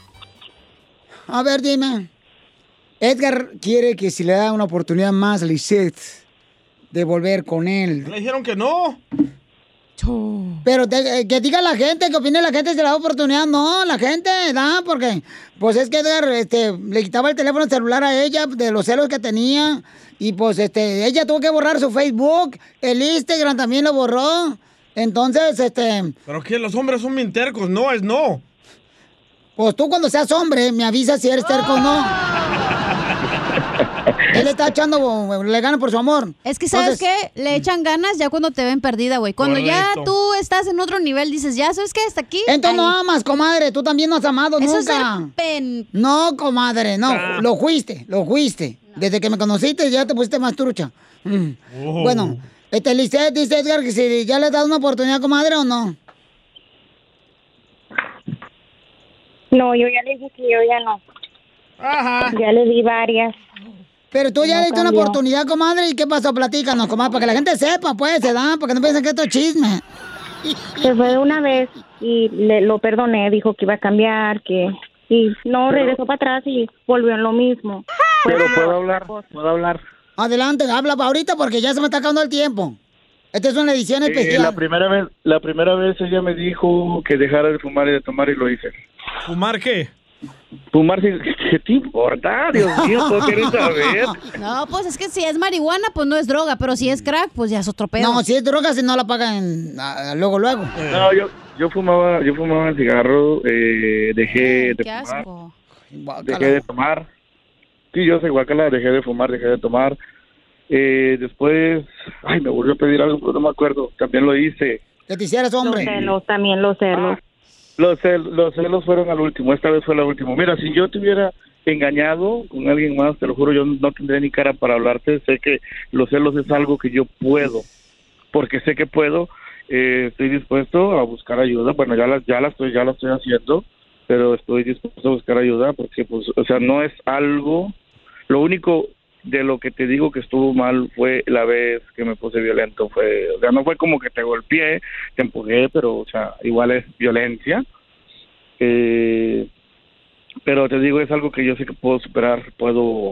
A ver, dime. Edgar quiere que si le da una oportunidad más a Lisette de volver con él. Le dijeron que no. Pero te, que diga la gente, que opine la gente si le da oportunidad. No, la gente da, porque pues es que Edgar este, le quitaba el teléfono celular a ella de los celos que tenía. Y pues este, ella tuvo que borrar su Facebook, el Instagram también lo borró. Entonces, este... ¿Pero qué? Los hombres son bien tercos, no es no. Pues tú cuando seas hombre me avisas si eres terco o no. Él le está echando, le gana por su amor. Es que, ¿sabes Entonces, qué? Le echan ganas ya cuando te ven perdida, güey. Cuando Correcto. ya tú estás en otro nivel, dices, ya, ¿sabes qué? Hasta aquí. Entonces no amas, comadre. Tú también no has amado Eso nunca. Es pen... No, comadre, no. Ah. Lo fuiste, lo fuiste. No. Desde que me conociste ya te pusiste más trucha. Mm. Oh. Bueno, este Lisette dice, Edgar, que si ya le has dado una oportunidad, comadre, ¿o no? No, yo ya le dije que yo ya no. Ajá. Ya le di varias. Pero tú ya no le diste una cambió. oportunidad, comadre, ¿y qué pasó? Platícanos, comadre, para que la gente sepa, pues, se da, para que no piensen que esto es chisme. Se fue una vez y le, lo perdoné, dijo que iba a cambiar, que... Y no, Pero- regresó para atrás y volvió en lo mismo. Fue Pero como puedo otra hablar, cosa. puedo hablar. Adelante, habla pa' ahorita porque ya se me está acabando el tiempo. Esta es una edición Eh, especial. la primera vez, la primera vez ella me dijo que dejara de fumar y de tomar y lo hice. ¿Fumar qué? Fumar, sin- ¿qué te importa? Dios mío, ¿tú quieres saber? No, pues es que si es marihuana, pues no es droga, pero si es crack, pues ya es otro pedo. No, si es droga, si no la pagan ah, luego, luego. No, yo, yo fumaba, yo fumaba cigarro, eh, dejé de Qué fumar, asco. dejé de tomar. Sí, yo soy guacala, dejé de fumar, dejé de tomar. Eh, después, ay, me volvió a pedir algo, pero no me acuerdo. También lo hice. Que te hicieras hombre. Los celos, también los celos. Los, cel- los celos fueron al último, esta vez fue la última. Mira, si yo te hubiera engañado con alguien más, te lo juro, yo no tendría ni cara para hablarte. Sé que los celos es algo que yo puedo, porque sé que puedo. Eh, estoy dispuesto a buscar ayuda. Bueno, ya la, ya la estoy, ya la estoy haciendo, pero estoy dispuesto a buscar ayuda porque, pues, o sea, no es algo. Lo único de lo que te digo que estuvo mal fue la vez que me puse violento. Fue, o sea, no fue como que te golpeé, te empujé, pero, o sea, igual es violencia. Eh, pero te digo, es algo que yo sé que puedo superar, puedo...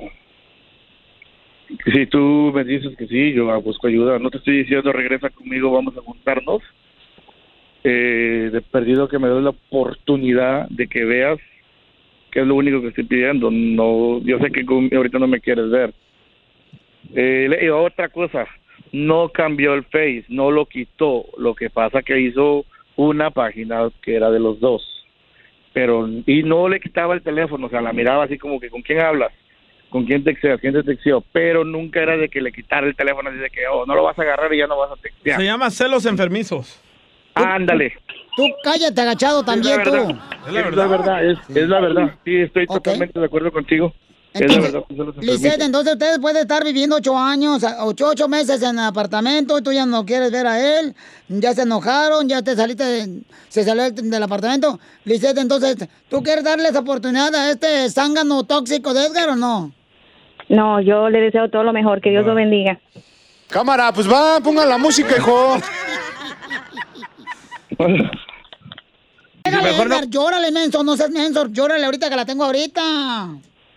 Si tú me dices que sí, yo busco ayuda. No te estoy diciendo regresa conmigo, vamos a juntarnos. Eh, de perdido que me doy la oportunidad de que veas que es lo único que estoy pidiendo. No, yo sé que con- ahorita no me quieres ver. Eh, le- y otra cosa, no cambió el Face, no lo quitó. Lo que pasa que hizo una página que era de los dos. Pero, y no le quitaba el teléfono, o sea, la miraba así como que, ¿con quién hablas? ¿Con quién texteas? ¿Quién te texteó? Pero nunca era de que le quitara el teléfono, así de que, oh, no lo vas a agarrar y ya no vas a textear. Se llama celos enfermizos. Ándale. Tú cállate agachado también, Es la tú. verdad. Es la verdad, es, es la verdad. Sí, estoy totalmente de acuerdo contigo. Es la verdad. son los Lisette, enfermizos. entonces ustedes pueden estar viviendo ocho años, ocho, ocho meses en el apartamento, y tú ya no quieres ver a él, ya se enojaron, ya te saliste, de- se salió del, del apartamento. Lisette, entonces, ¿tú quieres darle esa oportunidad a este zángano tóxico de Edgar o no? No, yo le deseo todo lo mejor, que Dios lo bendiga. Cámara, pues va, pongan la música, hijo. Llórale, Edgar, llórale, menso, no seas menso, llórale ahorita que la tengo ahorita.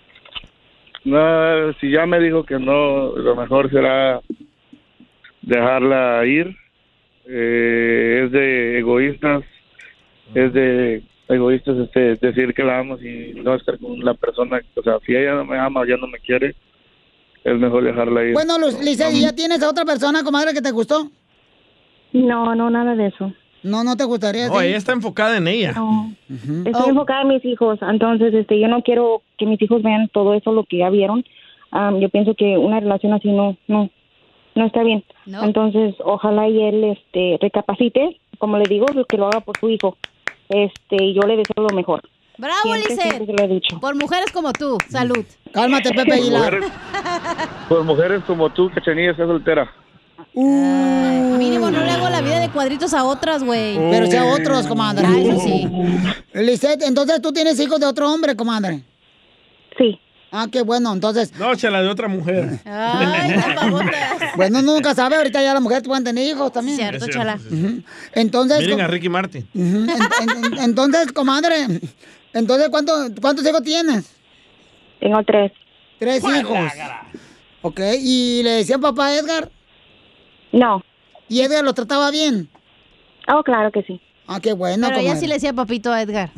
No, si ya me dijo que no, lo mejor será dejarla ir. Eh, es de egoístas, es de egoístas este, decir que la amo y no estar con la persona. O sea, si ella no me ama o ya no me quiere, es mejor dejarla ir. Bueno, Luz- Lisette, ¿y ya tienes a otra persona, comadre, que te gustó? No, no, nada de eso. No, no te gustaría. No, ¿sí? ella está enfocada en ella. Estoy enfocada en mis hijos, entonces este, yo no quiero que mis hijos vean todo eso, lo que ya vieron. Am, yo pienso que una relación así no, no, no está bien. No. Entonces, ojalá y él este, recapacite, como le digo, que lo haga por su hijo. Este, y yo le deseo lo mejor. Bravo, Siempre, Lisette. siempre se lo he dicho. Por mujeres como tú. Salud. Cálmate, Pepe Por Aguilar. mujeres, por mujeres como tú, Cachanilla, estás soltera. Uh, mínimo no le hago la vida de cuadritos a otras, güey. Pero si a otros, comadre. Ah, eso sí. Lisette, entonces tú tienes hijos de otro hombre, comadre. Sí. Ah, qué bueno, entonces. No, chela, de otra mujer. Ay, bueno, nunca sabe, ahorita ya las mujeres pueden tener hijos también. Cierto, Es cierto, chala. sí, sí. Ujú. Entonces. Miren com- a Ricky Martin. Ujú. En- en- en- entonces, comadre, entonces, ¿cuánto, ¿cuántos hijos tienes? Tengo tres. Tres hijos. Ok, ¿y le decían papá a Edgar? No. ¿Y Edgar lo trataba bien? Oh, claro que sí. Ah, qué bueno, Pero ella comadre. sí le decía papito a Edgar.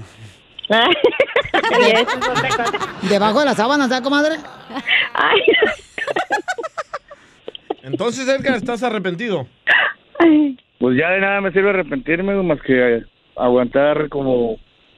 ¿Debajo de la sábana, ¿sabes, comadre? Entonces, Edgar, ¿estás arrepentido? Pues ya de nada me sirve arrepentirme, más que aguantar como,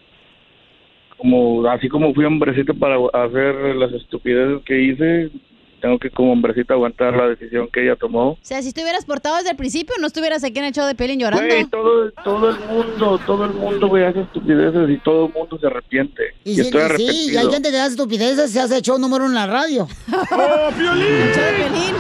como así como fui hombrecito para hacer las estupideces que hice, tengo que como hombrecito aguantar la decisión que ella tomó. O sea, si te hubieras portado desde el principio, no estuvieras aquí en el show de Piolín llorando. Güey, todo, todo el mundo, todo el mundo, güey, hace estupideces y todo el mundo se arrepiente. Y, Y, sí, estoy y arrepentido. sí, y hay gente que hace estupideces, se hace show número uno en la radio. ¡Oh, Piolín! El show de Piolín.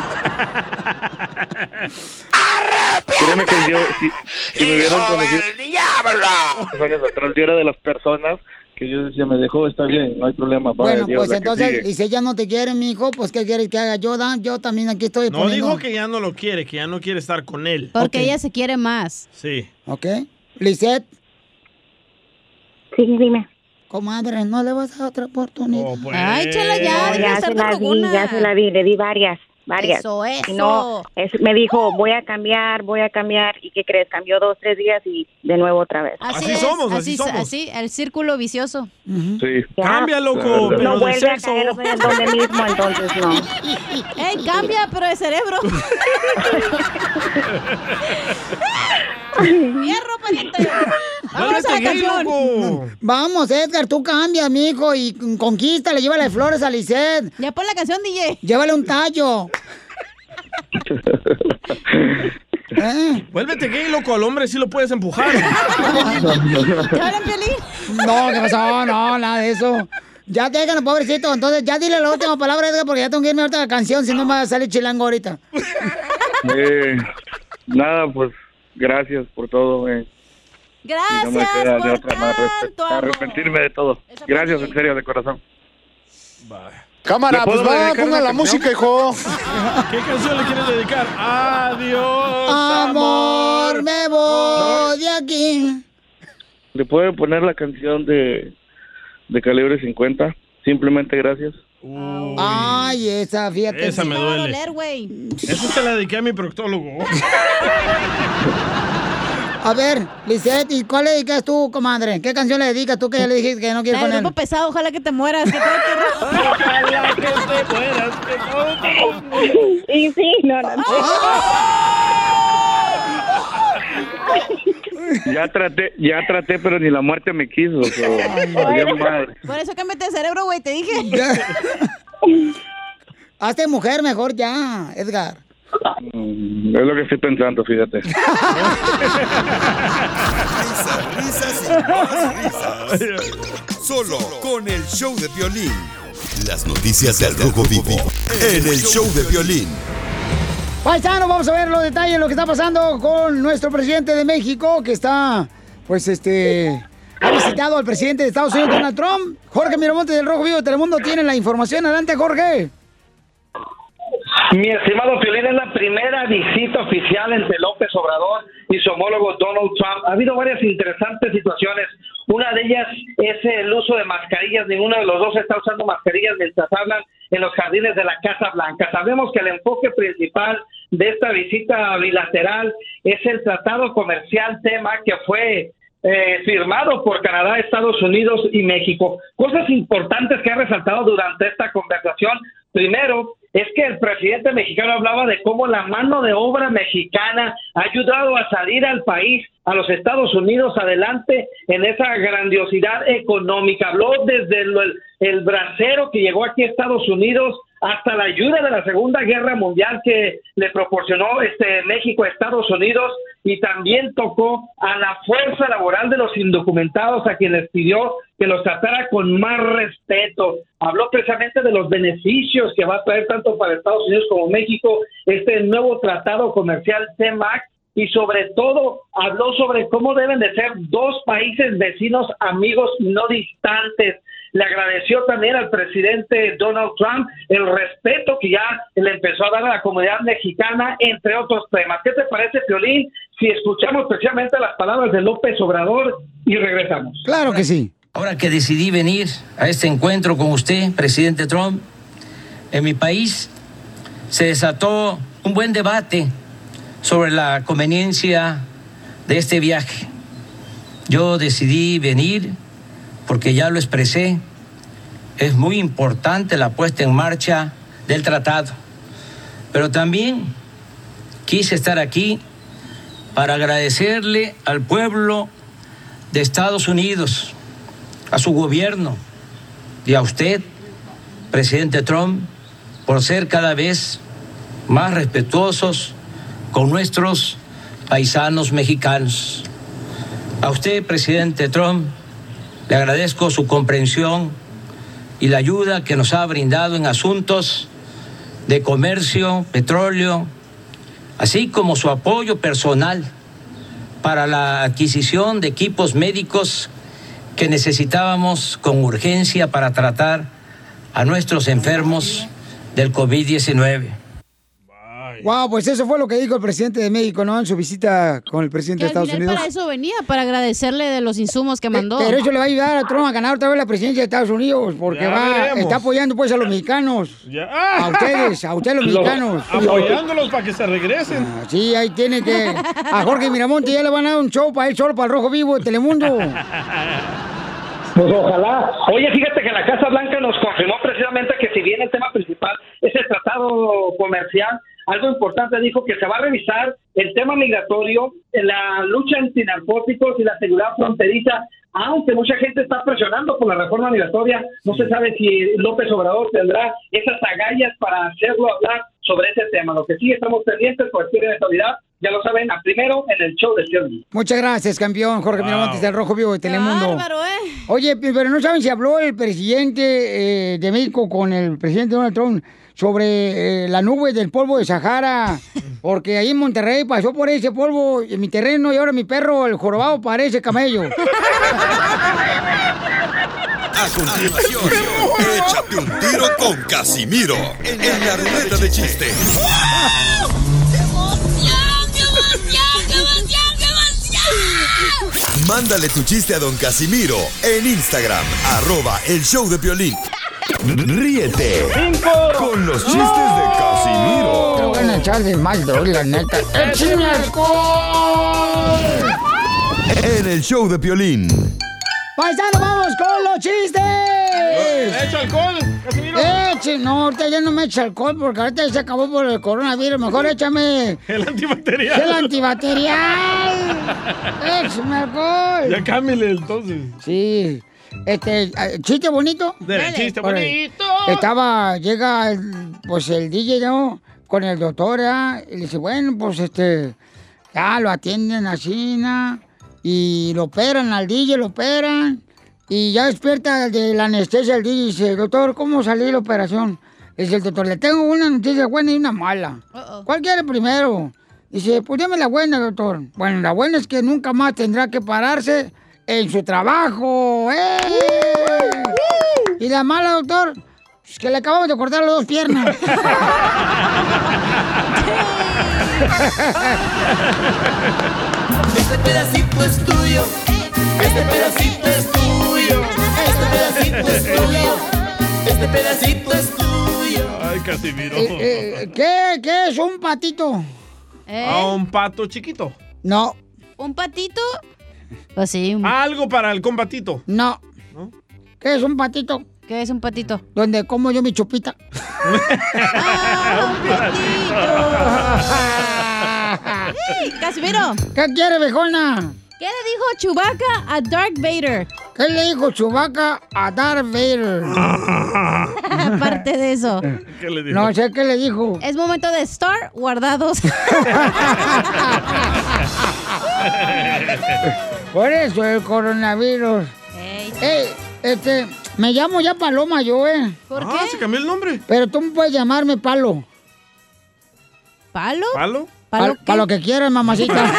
Créeme que yo, si, si me hubieran conocido dos años atrás, yo era de las personas que yo decía, me dejó, está bien, no hay problema. Vaya, Bueno, Dios, pues la que entonces, sigue. y si ella no te quiere, mi hijo, pues ¿qué quieres que haga yo, Dan? Yo también aquí estoy No poniendo... dijo que ya no lo quiere, que ya no quiere estar con él. Porque ella se quiere más. Sí. ¿Ok? Lisette. Sí, dime. Comadre, ¿no le vas a dar otra oportunidad? Oh, pues. Ay, chela, ya, No, deja de ya estar se la di, rogona. ya se la di, le di varias, varias. Eso, eso. Y no, es- me dijo, voy a cambiar, voy a cambiar. ¿Y qué crees? Cambió dos, tres días y de nuevo otra vez. Así, Así es, somos, así somos. Así, el círculo vicioso. Sí. Ya, Cambia, loco, la verdad. pero no de vuelve a sexo. caer en donde mismo, entonces no. ¡Ey, cambia, pero de cerebro! ¡Hierro, pariente! ¡Vámonos a la ¡Vuélvete gay, canción! loco! Vamos, Edgar, tú cambia, mijo, y conquístale, llévale flores a Lisette. Ya pon la canción, D J. Llévale un tallo. ¿Eh? Vuélvete gay, loco. Al hombre sí lo puedes empujar. ¿Te hablan, Piolín? No, ¿qué pasó? No, nada de eso. Ya déjalo, pobrecito. Entonces, ya dile la última palabra, Edgar, porque ya tengo que irme ahorita a la canción, si no me va a salir chilango ahorita. Eh, nada, pues gracias por todo. Eh. Y no me Gracias queda de por otra más respe- tanto amor. arrepentirme de todo. Eso Gracias, fue en serio, de corazón. Cámara, ¿Le pues puedo va, dedicar ponga una la canción? música, hijo. ¿Qué canción le quieres dedicar? Adiós, Amor, me voy de aquí. ¿Le puedo poner la canción de, de Calibre cincuenta? Simplemente gracias. Uy, Ay, esa, fíjate. esa me Me va a duele. doler, güey. Eso se la dediqué a mi proctólogo. A ver, Lisette, ¿y cuál le dedicas tú, comadre? ¿Qué canción le dedicas tú que ya le dijiste que no quieres La del poner? grupo pesado, ojalá que te mueras. Que todo te ro- Ojalá que te mueras, que todo te- Sí, sí, no, no. no. Ya traté, ya traté, pero ni la muerte me quiso. So, valió madre. Por eso cámbiate de cerebro, güey, te dije. Hazte mujer mejor ya, Edgar. Mm, es lo que estoy pensando, fíjate. Risas, risas y más risas. Solo con el show de Piolín. Las noticias del Rojo Vivo en el show de Piolín. Paisano, vamos a ver los detalles de lo que está pasando con nuestro presidente de México, que está, pues, este, ha visitado al presidente de Estados Unidos, Donald Trump. Jorge Miramontes del Rojo Vivo de Telemundo tiene la información. Adelante, Jorge. Mi estimado Piolín, es la primera visita oficial entre López Obrador y su homólogo Donald Trump. Ha habido varias interesantes situaciones. Una de ellas es el uso de mascarillas. Ninguno de los dos está usando mascarillas mientras hablan en los jardines de la Casa Blanca. Sabemos que el enfoque principal de esta visita bilateral es el tratado comercial tema que fue eh, firmado por Canadá, Estados Unidos y México. Cosas importantes que ha resaltado durante esta conversación. Primero, es que el presidente mexicano hablaba de cómo la mano de obra mexicana ha ayudado a salir al país, a los Estados Unidos, adelante en esa grandiosidad económica. Habló desde el, el, el bracero que llegó aquí a Estados Unidos hasta la ayuda de la Segunda Guerra Mundial que le proporcionó este México a Estados Unidos, y también tocó a la fuerza laboral de los indocumentados, a quienes pidió que los tratara con más respeto. Habló precisamente de los beneficios que va a traer tanto para Estados Unidos como México este nuevo tratado comercial T M A C, y sobre todo habló sobre cómo deben de ser dos países vecinos, amigos, no distantes. Le agradeció también al presidente Donald Trump el respeto que ya le empezó a dar a la comunidad mexicana, entre otros temas. ¿Qué te parece, Piolín, si escuchamos precisamente las palabras de López Obrador y regresamos? Claro que sí. Ahora que decidí venir a este encuentro con usted, presidente Trump, en mi país se desató un buen debate sobre la conveniencia de este viaje. Yo decidí venir porque ya lo expresé, es muy importante la puesta en marcha del tratado, pero también quise estar aquí para agradecerle al pueblo de Estados Unidos, a su gobierno y a usted, presidente Trump, por ser cada vez más respetuosos con nuestros paisanos mexicanos. A usted, presidente Trump, le agradezco su comprensión y la ayuda que nos ha brindado en asuntos de comercio, petróleo, así como su apoyo personal para la adquisición de equipos médicos que necesitábamos con urgencia para tratar a nuestros enfermos del COVID diecinueve. Wow, pues eso fue lo que dijo el presidente de México, ¿no? En su visita con el presidente de Estados Unidos. Para eso venía, para agradecerle de los insumos que mandó. Pero eso le va a ayudar a Trump a ganar otra vez la presidencia de Estados Unidos, porque Ya va, veremos. está apoyando pues a los mexicanos. Ya. A ustedes, a ustedes los mexicanos. Apoyándolos para que se regresen. Ah, sí, ahí tiene que... A Jorge Miramonte ya le van a dar un show para él solo, para el Rojo Vivo de Telemundo. Pues ojalá. Oye, fíjate que la Casa Blanca nos confirmó precisamente que si bien el tema principal es el tratado comercial, algo importante dijo que se va a revisar el tema migratorio, la lucha antinarcóticos y la seguridad fronteriza, aunque mucha gente está presionando por la reforma migratoria. No se sabe si López Obrador tendrá esas agallas para hacerlo hablar sobre ese tema. Lo que sí estamos pendientes, cualquier eventualidad, ya lo saben, a primero en el show de Piolín. Muchas gracias, campeón Jorge Wow. Miramontes del Rojo Vivo de Telemundo. bárbaro, ¿eh? Oye, pero no saben si habló el presidente eh, de México con el presidente Donald Trump sobre eh, la nube del polvo de Sahara, porque ahí en Monterrey pasó por ese polvo en mi terreno y ahora mi perro, el jorobado, parece camello. A continuación, échate un tiro con Casimiro en la ruleta de chistes. Mándale tu chiste a don Casimiro en Instagram, arroba el show de Piolín. Ríete con los chistes de Casimiro. Te voy a echar de mal, doy, la neta. ¡Échame alcohol! En el show de Piolín. ¡Paisano, vamos con los chistes! ¿Echa alcohol, Casimiro? Eche, no, ahorita ya no me echa alcohol porque ahorita ya se acabó por el coronavirus. Mejor échame... El antibacterial. ¡El antibacterial! ¡Échame alcohol! Ya cámbiale entonces. Sí. Este, ¿chiste bonito? Dale, chiste Órale. bonito. Estaba, llega, el, pues, el D J, ¿no? Con el doctor, ¿eh? Y le dice, bueno, pues, este... Ya, lo atienden así, ¿no? Y lo operan al D J, lo operan... Y ya despierta de la anestesia el D J y dice, doctor, ¿cómo salí de la operación? Dice el doctor, le tengo una noticia buena y una mala. Uh-oh. ¿Cuál quiere primero? Dice, pues dame la buena, doctor. Bueno, la buena es que nunca más tendrá que pararse en su trabajo. ¡Eh! Uh-huh. Y la mala, doctor, es que le acabamos de cortar las dos piernas. Este pedacito es tuyo. Este pedacito es tuyo. Este pedacito es tuyo. Este pedacito es tuyo. Ay, Casimiro. Eh, eh, ¿qué, ¿Qué es un patito? ¿Eh? ¿A un pato chiquito? No. ¿Un patito? Pues sí. Un... Algo para el combatito. No. ¿No? ¿Qué es un patito? ¿Qué es un patito? Donde como yo mi chupita. ¡Ah, un patito! ¡Hey, Casimiro! ¿Qué quiere, viejona? ¿Qué le dijo Chewbacca a Darth Vader? ¿Qué le dijo Chewbacca a Darth Vader? Aparte de eso. ¿Qué le dijo? No sé qué le dijo. Es momento de estar guardados. Por eso el coronavirus. Ey. Ey, este, me llamo ya Paloma yo, ¿eh? ¿Por ah, qué? se cambió el nombre. Pero tú me puedes llamarme Palo. ¿Palo? ¿Palo? ¿Palo Para lo que quieras, mamacita.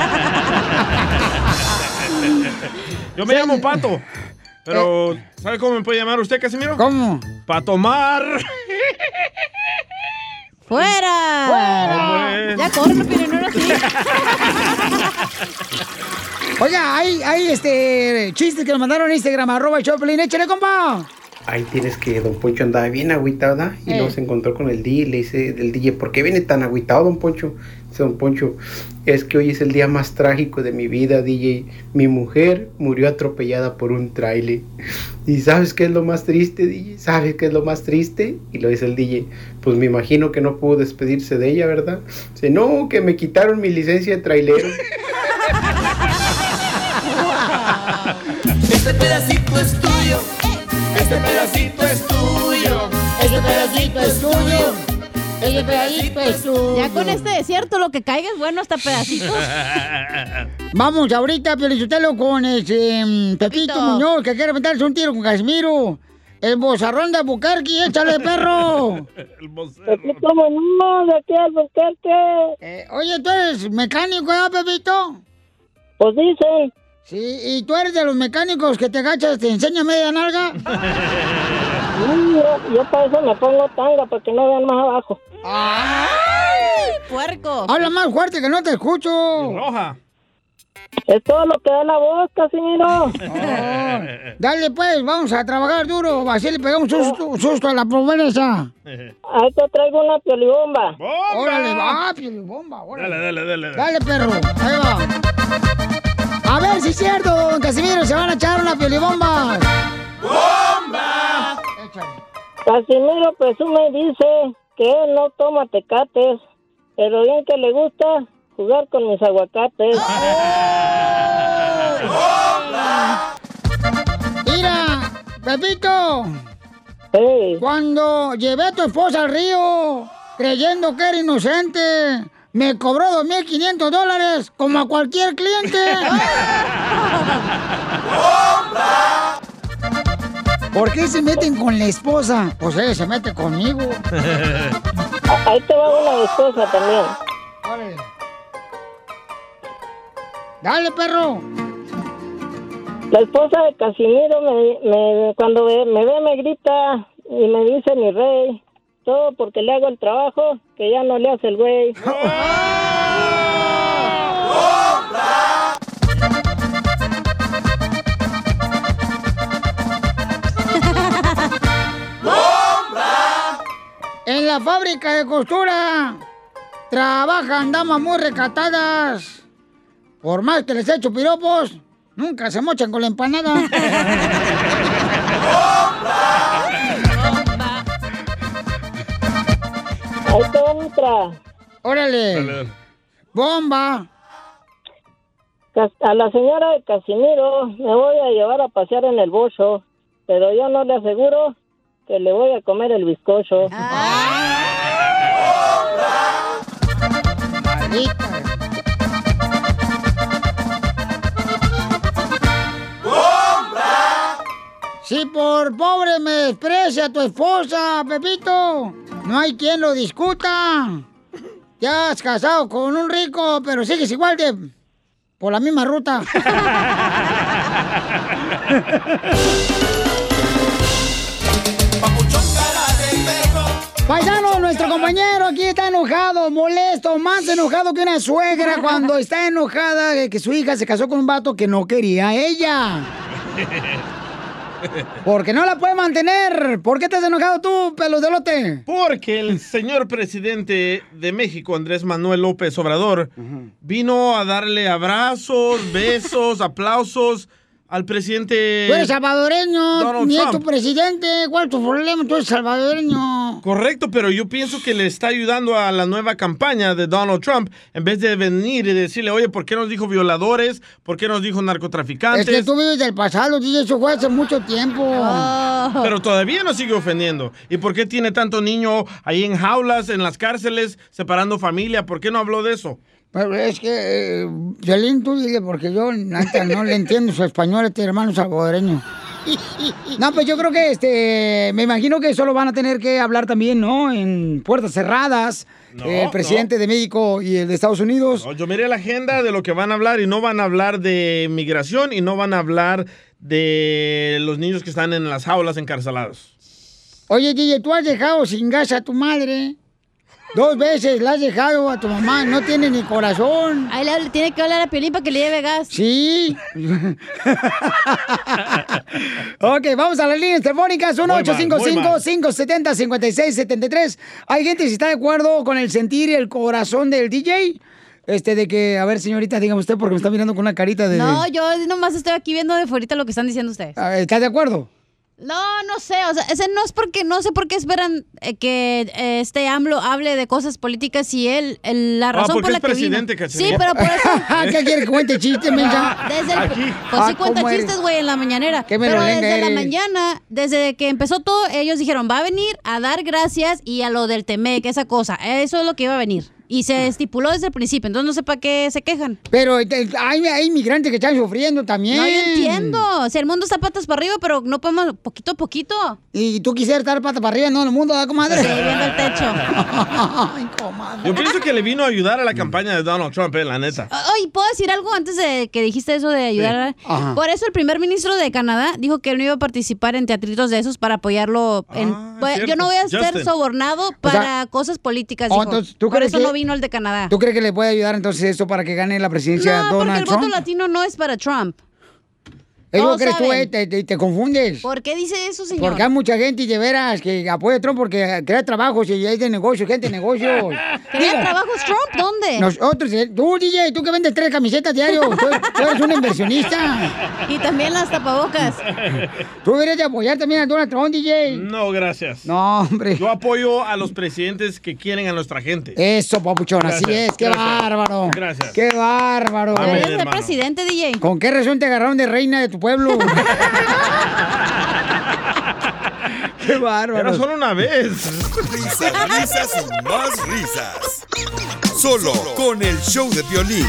Yo me llamo Pato. Pero, ¿sabe cómo me puede llamar usted, Casimiro? ¿Cómo? Pa' tomar. ¡Fuera! ¡Fuera! Ya corre, pero no así. Oiga, hay, hay este chistes que nos mandaron en Instagram, arroba el Choplin. ¡Échale, compa! Ahí tienes que Don Poncho andaba bien agüitado, ¿verdad? Y Eh. luego se encontró con el D J y le dice del D J, ¿por qué viene tan agüitado, Don Poncho? Dice Don Poncho, es que hoy es el día más trágico de mi vida, D J. Mi mujer murió atropellada por un tráiler. ¿Y sabes qué es lo más triste, D J? ¿Sabes qué es lo más triste? Y lo dice el D J, pues me imagino que no pudo despedirse de ella, ¿verdad? Dice, no, que me quitaron mi licencia de trailero. Este pedacito es tuyo. Este pedacito es tuyo. Este pedacito es tuyo. Este pedacito es tuyo. Ya con este desierto lo que caiga es bueno hasta pedacitos. Vamos ahorita, Piolichotelo, con ese um, Pepito Pepito. Muñoz, que quiere meterse un tiro con Casimiro. El bozarrón de Albuquerque, échale, perro. El vocero. Pepito Muñoz, de aquí al Albuquerque. Eh, oye, ¿tú eres mecánico, eh, Pepito? Pues dicen. Sí, ¿y tú eres de los mecánicos que te agachas, te enseña media nalga? Mm, yo, yo para eso me pongo tanga, para que no vean más abajo. ¡Ay, puerco! Habla más fuerte que no te escucho. Roja. Es todo lo que da la voz, Casimiro. Oh, dale, pues, vamos a trabajar duro. Así le pegamos un susto, susto a la pobreza. Ahí te traigo una piolibomba. Órale, va, piolibomba, órale. Dale, dale, dale. Dale, perro, ahí va. A ver si es cierto, don Casimiro, se van a echar una piolibomba. ¡Bomba! Casimiro presume y dice que él no toma tecates, pero bien que le gusta jugar con mis aguacates. Mira, Pepito. Hey. Cuando llevé a tu esposa al río, creyendo que era inocente, me cobró dos mil quinientos dólares, como a cualquier cliente. ¿Por qué se meten con la esposa? Pues ella se mete conmigo. Ahí te va una esposa también. Órale. Dale, perro. La esposa de Casimiro me, me, cuando me, me ve me grita y me dice mi rey. Todo porque le hago el trabajo que ya no le hace el güey. En la fábrica de costura trabajan damas muy recatadas. Por más que les echo piropos, nunca se mochan con la empanada. Ahí te va otra. Órale. Dale, dale. Bomba. Cas- A la señora de Casimiro me voy a llevar a pasear en el bocho, pero yo no le aseguro que le voy a comer el bizcocho. Maldita. Si por pobre me desprecia tu esposa, Pepito, no hay quien lo discuta. Te has casado con un rico, pero sigues igual de... por la misma ruta. Paisano, nuestro compañero aquí está enojado, molesto, más enojado que una suegra cuando está enojada de que su hija se casó con un vato que no quería ella. Porque no la puede mantener. ¿Por qué te has enojado tú, pelos de elote? Porque el señor presidente de México, Andrés Manuel López Obrador, vino a darle abrazos, besos, aplausos al presidente... Tú eres salvadoreño, Donald ni es Trump. tu presidente. ¿Cuál es tu problema? Tú eres salvadoreño. Correcto, pero yo pienso que le está ayudando a la nueva campaña de Donald Trump en vez de venir y decirle, oye, ¿por qué nos dijo violadores? ¿Por qué nos dijo narcotraficantes? Es que tú vives del pasado, D J, eso fue hace mucho tiempo. Oh. Pero todavía nos sigue ofendiendo. ¿Y por qué tiene tanto niño ahí en jaulas, en las cárceles, separando familia? ¿Por qué no habló de eso? Pero es que, eh, Violín, tú dile, porque yo neta, no le entiendo su español a este hermano salvadoreño. No, pues yo creo que, este, me imagino que solo van a tener que hablar también, ¿no? En puertas cerradas, No, el presidente no. de México y el de Estados Unidos. No, yo miré la agenda de lo que van a hablar y no van a hablar de migración y no van a hablar de los niños que están en las jaulas encarcelados. Oye, D J, tú has dejado sin gas a tu madre. Dos veces la has dejado a tu mamá, no tiene ni corazón. Ahí le tiene que hablar a Piolín para que le lleve gas. Sí. Ok, vamos a las líneas telefónicas. uno ocho cinco cinco, cinco siete cero, cinco seis siete tres. Hay gente que está de acuerdo con el sentir y el corazón del D J. Este, de que, a ver, señorita, dígame usted, porque me está mirando con una carita de... No, yo nomás estoy aquí viendo de fuera lo que están diciendo ustedes. ¿Estás de acuerdo? No, no sé, o sea, ese no es porque, no sé por qué esperan eh, que eh, este AMLO hable de cosas políticas y él, el- la razón porque por la es que presidente, vino. Cachanilla. Sí, pero por eso... ¿Qué quiere que cuente chistes, mensa? Desde el, Aquí. pues sí Ah, cuenta ¿cómo eres? chistes, güey, en la mañanera. Qué Pero merolenga desde la eres. mañana, desde que empezó todo, ellos dijeron, va a venir a dar gracias y a lo del Temec, esa cosa. Eso es lo que iba a venir. Y se estipuló desde el principio, entonces no sé para qué se quejan. Pero eh, hay, hay inmigrantes que están sufriendo también. No, yo entiendo. O sea, el mundo está patas para arriba, pero no podemos, poquito a poquito. Y tú quisieras estar pata para arriba, no, el mundo, ¿verdad, comadre? Sí, viendo el techo. Ay, comadre. Yo pienso que le vino a ayudar a la campaña de Donald Trump, eh, la neta. Oye, ¿puedo decir algo antes de que dijiste eso de ayudar? Sí. Ajá. Por eso el primer ministro de Canadá dijo que él no iba a participar en teatritos de esos para apoyarlo. En, pues, cierto. yo no voy a ser Justin. sobornado para cosas políticas, oh, dijo. entonces, ¿tú Por crees eso que- no vino el de Canadá. ¿Tú crees que le puede ayudar entonces eso para que gane la presidencia No, porque Donald el Trump? voto latino no es para Trump. ¿Eso Todos crees tú, saben. eh? Te, te- te confundes. ¿Por qué dice eso, señor? Porque hay mucha gente, de veras, que apoya a Trump porque crea trabajos y es de negocios, gente de negocios. ¿Crea trabajos Trump? ¿Dónde? Nosotros, eh, tú, D J, tú que vendes tres camisetas diario, tú, tú eres un inversionista. Y también las tapabocas. Tú deberías de apoyar también a Donald Trump, D J. No, gracias. No, hombre. Yo apoyo a los presidentes que quieren a nuestra gente. Eso, papuchón, así Gracias, es. Qué gracias. bárbaro. Gracias. Qué bárbaro. Amén, Eres el hermano. presidente, D J. ¿Con qué razón te agarraron de reina de tu pueblo? Qué bárbaro. Era solo una vez. Risas, risas y más risas. Solo con el show de Piolín.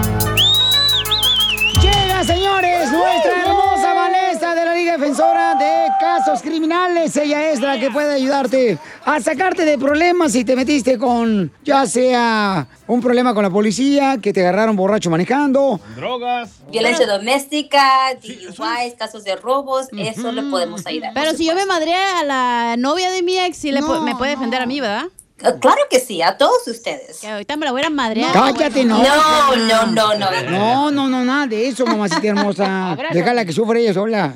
Llega, señores, nuestra hermosa Vanessa de la Liga Defensora de Casos Criminales. Ella es la que puede ayudarte a sacarte de problemas si te metiste con, ya sea un problema con la policía, que te agarraron borracho manejando. Drogas. Violencia doméstica, D U Is, casos de robos, eso le podemos ayudar. Pero si yo me madré a la novia de mi ex, sí le pu- me puede defender a mí, ¿verdad? Claro que sí, a todos ustedes. Que ahorita me la voy a ir a madrear. Cállate, no. No, no, no, no. No, no, no, nada de eso, mamacita hermosa. Déjala que sufra ella sola.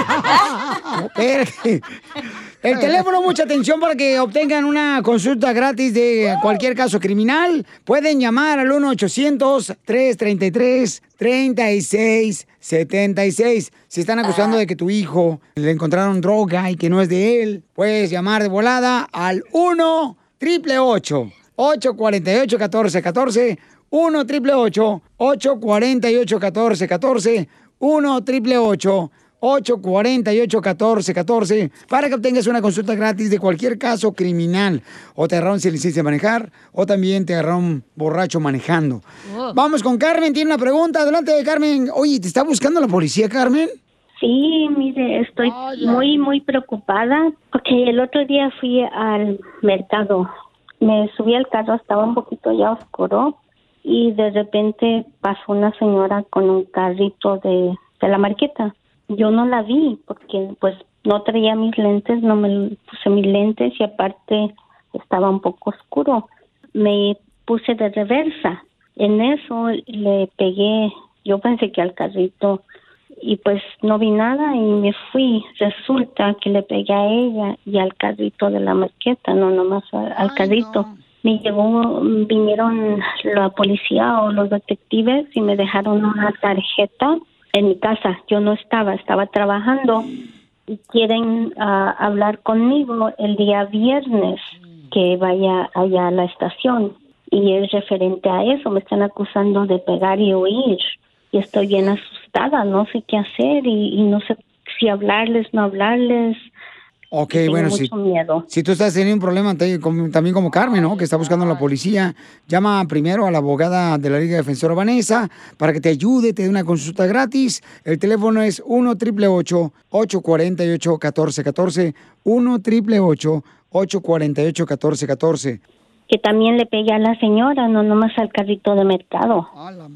No, espérate. El teléfono, mucha atención para que obtengan una consulta gratis de cualquier caso criminal. Pueden llamar al uno ochocientos, tres treinta y tres, treinta y seis setenta y seis. Si están acusando de que tu hijo le encontraron droga y que no es de él, puedes llamar de volada al uno triple ocho, ocho cuarenta y ocho, catorce catorce, uno triple ocho, ocho cuarenta y ocho, catorce catorce, uno triple ocho, ocho cuarenta y ocho, catorce catorce, para que obtengas una consulta gratis de cualquier caso criminal. O te agarraron sin licencia de manejar, o también te agarraron borracho manejando. Oh. Vamos con Carmen, tiene una pregunta. Adelante, Carmen. Oye, ¿te está buscando la policía, Carmen? Sí, mire, estoy muy, muy preocupada porque el otro día fui al mercado. Me subí al carro, estaba un poquito ya oscuro y de repente pasó una señora con un carrito de, de la marqueta. Yo no la vi porque pues no traía mis lentes, no me puse mis lentes y aparte estaba un poco oscuro. Me puse de reversa. En eso le pegué, yo pensé que al carrito, y pues no vi nada y me fui. Resulta que le pegué a ella y al carrito de la marqueta, no nomás al, al carrito. Me llegó, vinieron la policía o los detectives y me dejaron una tarjeta en mi casa. Yo no estaba, estaba trabajando y quieren uh, hablar conmigo el día viernes que vaya allá a la estación. Y es referente a eso, me están acusando de pegar y huir. Y estoy bien asustada, no sé qué hacer y, y no sé si hablarles, no hablarles. Ok, Tengo bueno, mucho si, miedo. si tú estás teniendo un problema te- como- también como Carmen, ¿no? Que está buscando a la policía, llama primero a la abogada de la Liga Defensora Vanessa para que te ayude, te dé una consulta gratis. El teléfono es uno triple ocho, ocho cuatro ocho, uno cuatro uno cuatro, uno triple ocho, ocho cuatro ocho, uno cuatro uno cuatro. Que también le pegué a la señora, no nomás al carrito de mercado.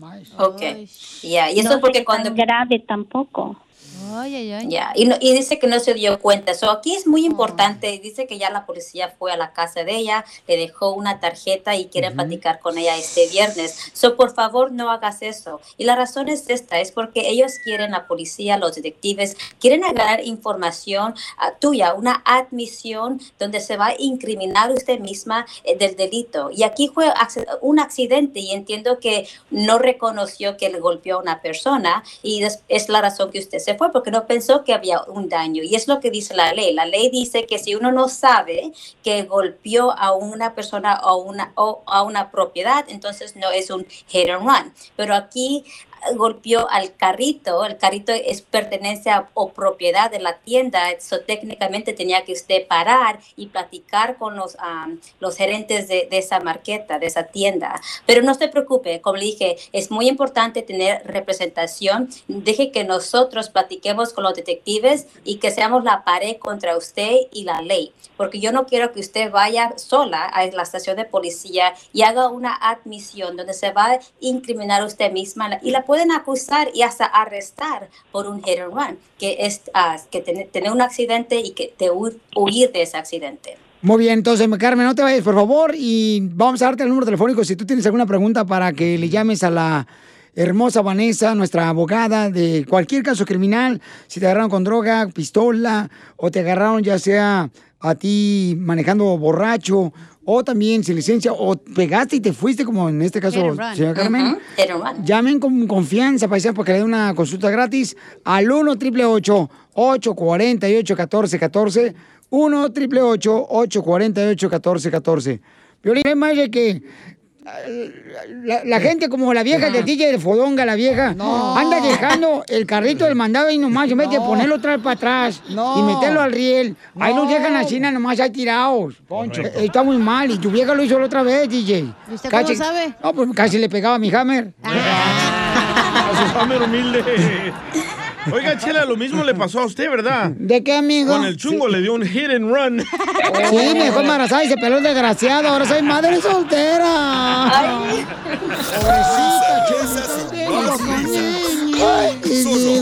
Ok. Ya, y eso no es porque sé cuando... tan grave tampoco. Ay, ay, ay. Ya, y, no- y dice que no se dio cuenta. So, aquí es muy importante. Dice que ya la policía fue a la casa de ella, le dejó una tarjeta y quieren platicar con ella este viernes. So, por favor, no hagas eso. Y la razón es esta, es porque ellos quieren, la policía, los detectives, quieren agarrar información uh, tuya, una admisión donde se va a incriminar usted misma eh, del delito. Y aquí fue acc- un accidente y entiendo que no reconoció que le golpeó a una persona y des- es la razón que usted se fue, porque no pensó que había un daño. Y es lo que dice la ley. La ley dice que si uno no sabe que golpeó a una persona o, una, o a una propiedad, entonces no es un hit and run. Pero aquí eh, golpeó al carrito. El carrito es pertenencia o propiedad de la tienda. Eso técnicamente tenía que usted parar y platicar con los, um, los gerentes de, de esa marqueta, de esa tienda. Pero no se preocupe, como le dije, es muy importante tener representación. Deje que nosotros platiquemos con los detectives y que seamos la pared contra usted y la ley. Porque yo no quiero que usted vaya sola a la estación de policía y haga una admisión donde se va a incriminar usted misma y la pueden acusar y hasta arrestar por un hit and run, que es uh, que ten- tener un accidente y que te hu- huir de ese accidente. Muy bien, entonces, Carmen, no te vayas, por favor, y vamos a darte el número telefónico si tú tienes alguna pregunta para que le llames a la hermosa Vanessa, nuestra abogada de cualquier caso criminal. Si te agarraron con droga, pistola, o te agarraron ya sea a ti manejando borracho, o también sin licencia, o pegaste y te fuiste, como en este caso, Hit and run. señora Carmen. Ujú, hit and run. Llamen con confianza, paisano, para que le den una consulta gratis al uno triple ocho, ocho cuatro ocho, uno cuatro uno cuatro, uno triple ocho, ocho cuatro ocho, uno cuatro uno cuatro. Piolín, es más de que la, la gente como la vieja del D J de Fodonga, la vieja, No. anda dejando el carrito del mandado ahí nomás, en vez de ponerlo otra vez para atrás No. y meterlo al riel. Ahí No. los dejan así nomás ahí tirados. Poncho. Eh, Está muy mal y tu vieja lo hizo la otra vez, D J. ¿Y usted cómo sabe? No, pues casi le pegaba a mi hammer. A su hammer humilde. Oiga, Chela, lo mismo le pasó a usted, ¿verdad? ¿De qué, amigo? Con el chungo le dio un hit and run. Sí, me dejó embarazada y se peló el desgraciado. Ahora soy madre soltera. Pobrecita, Risas y más risas. Solo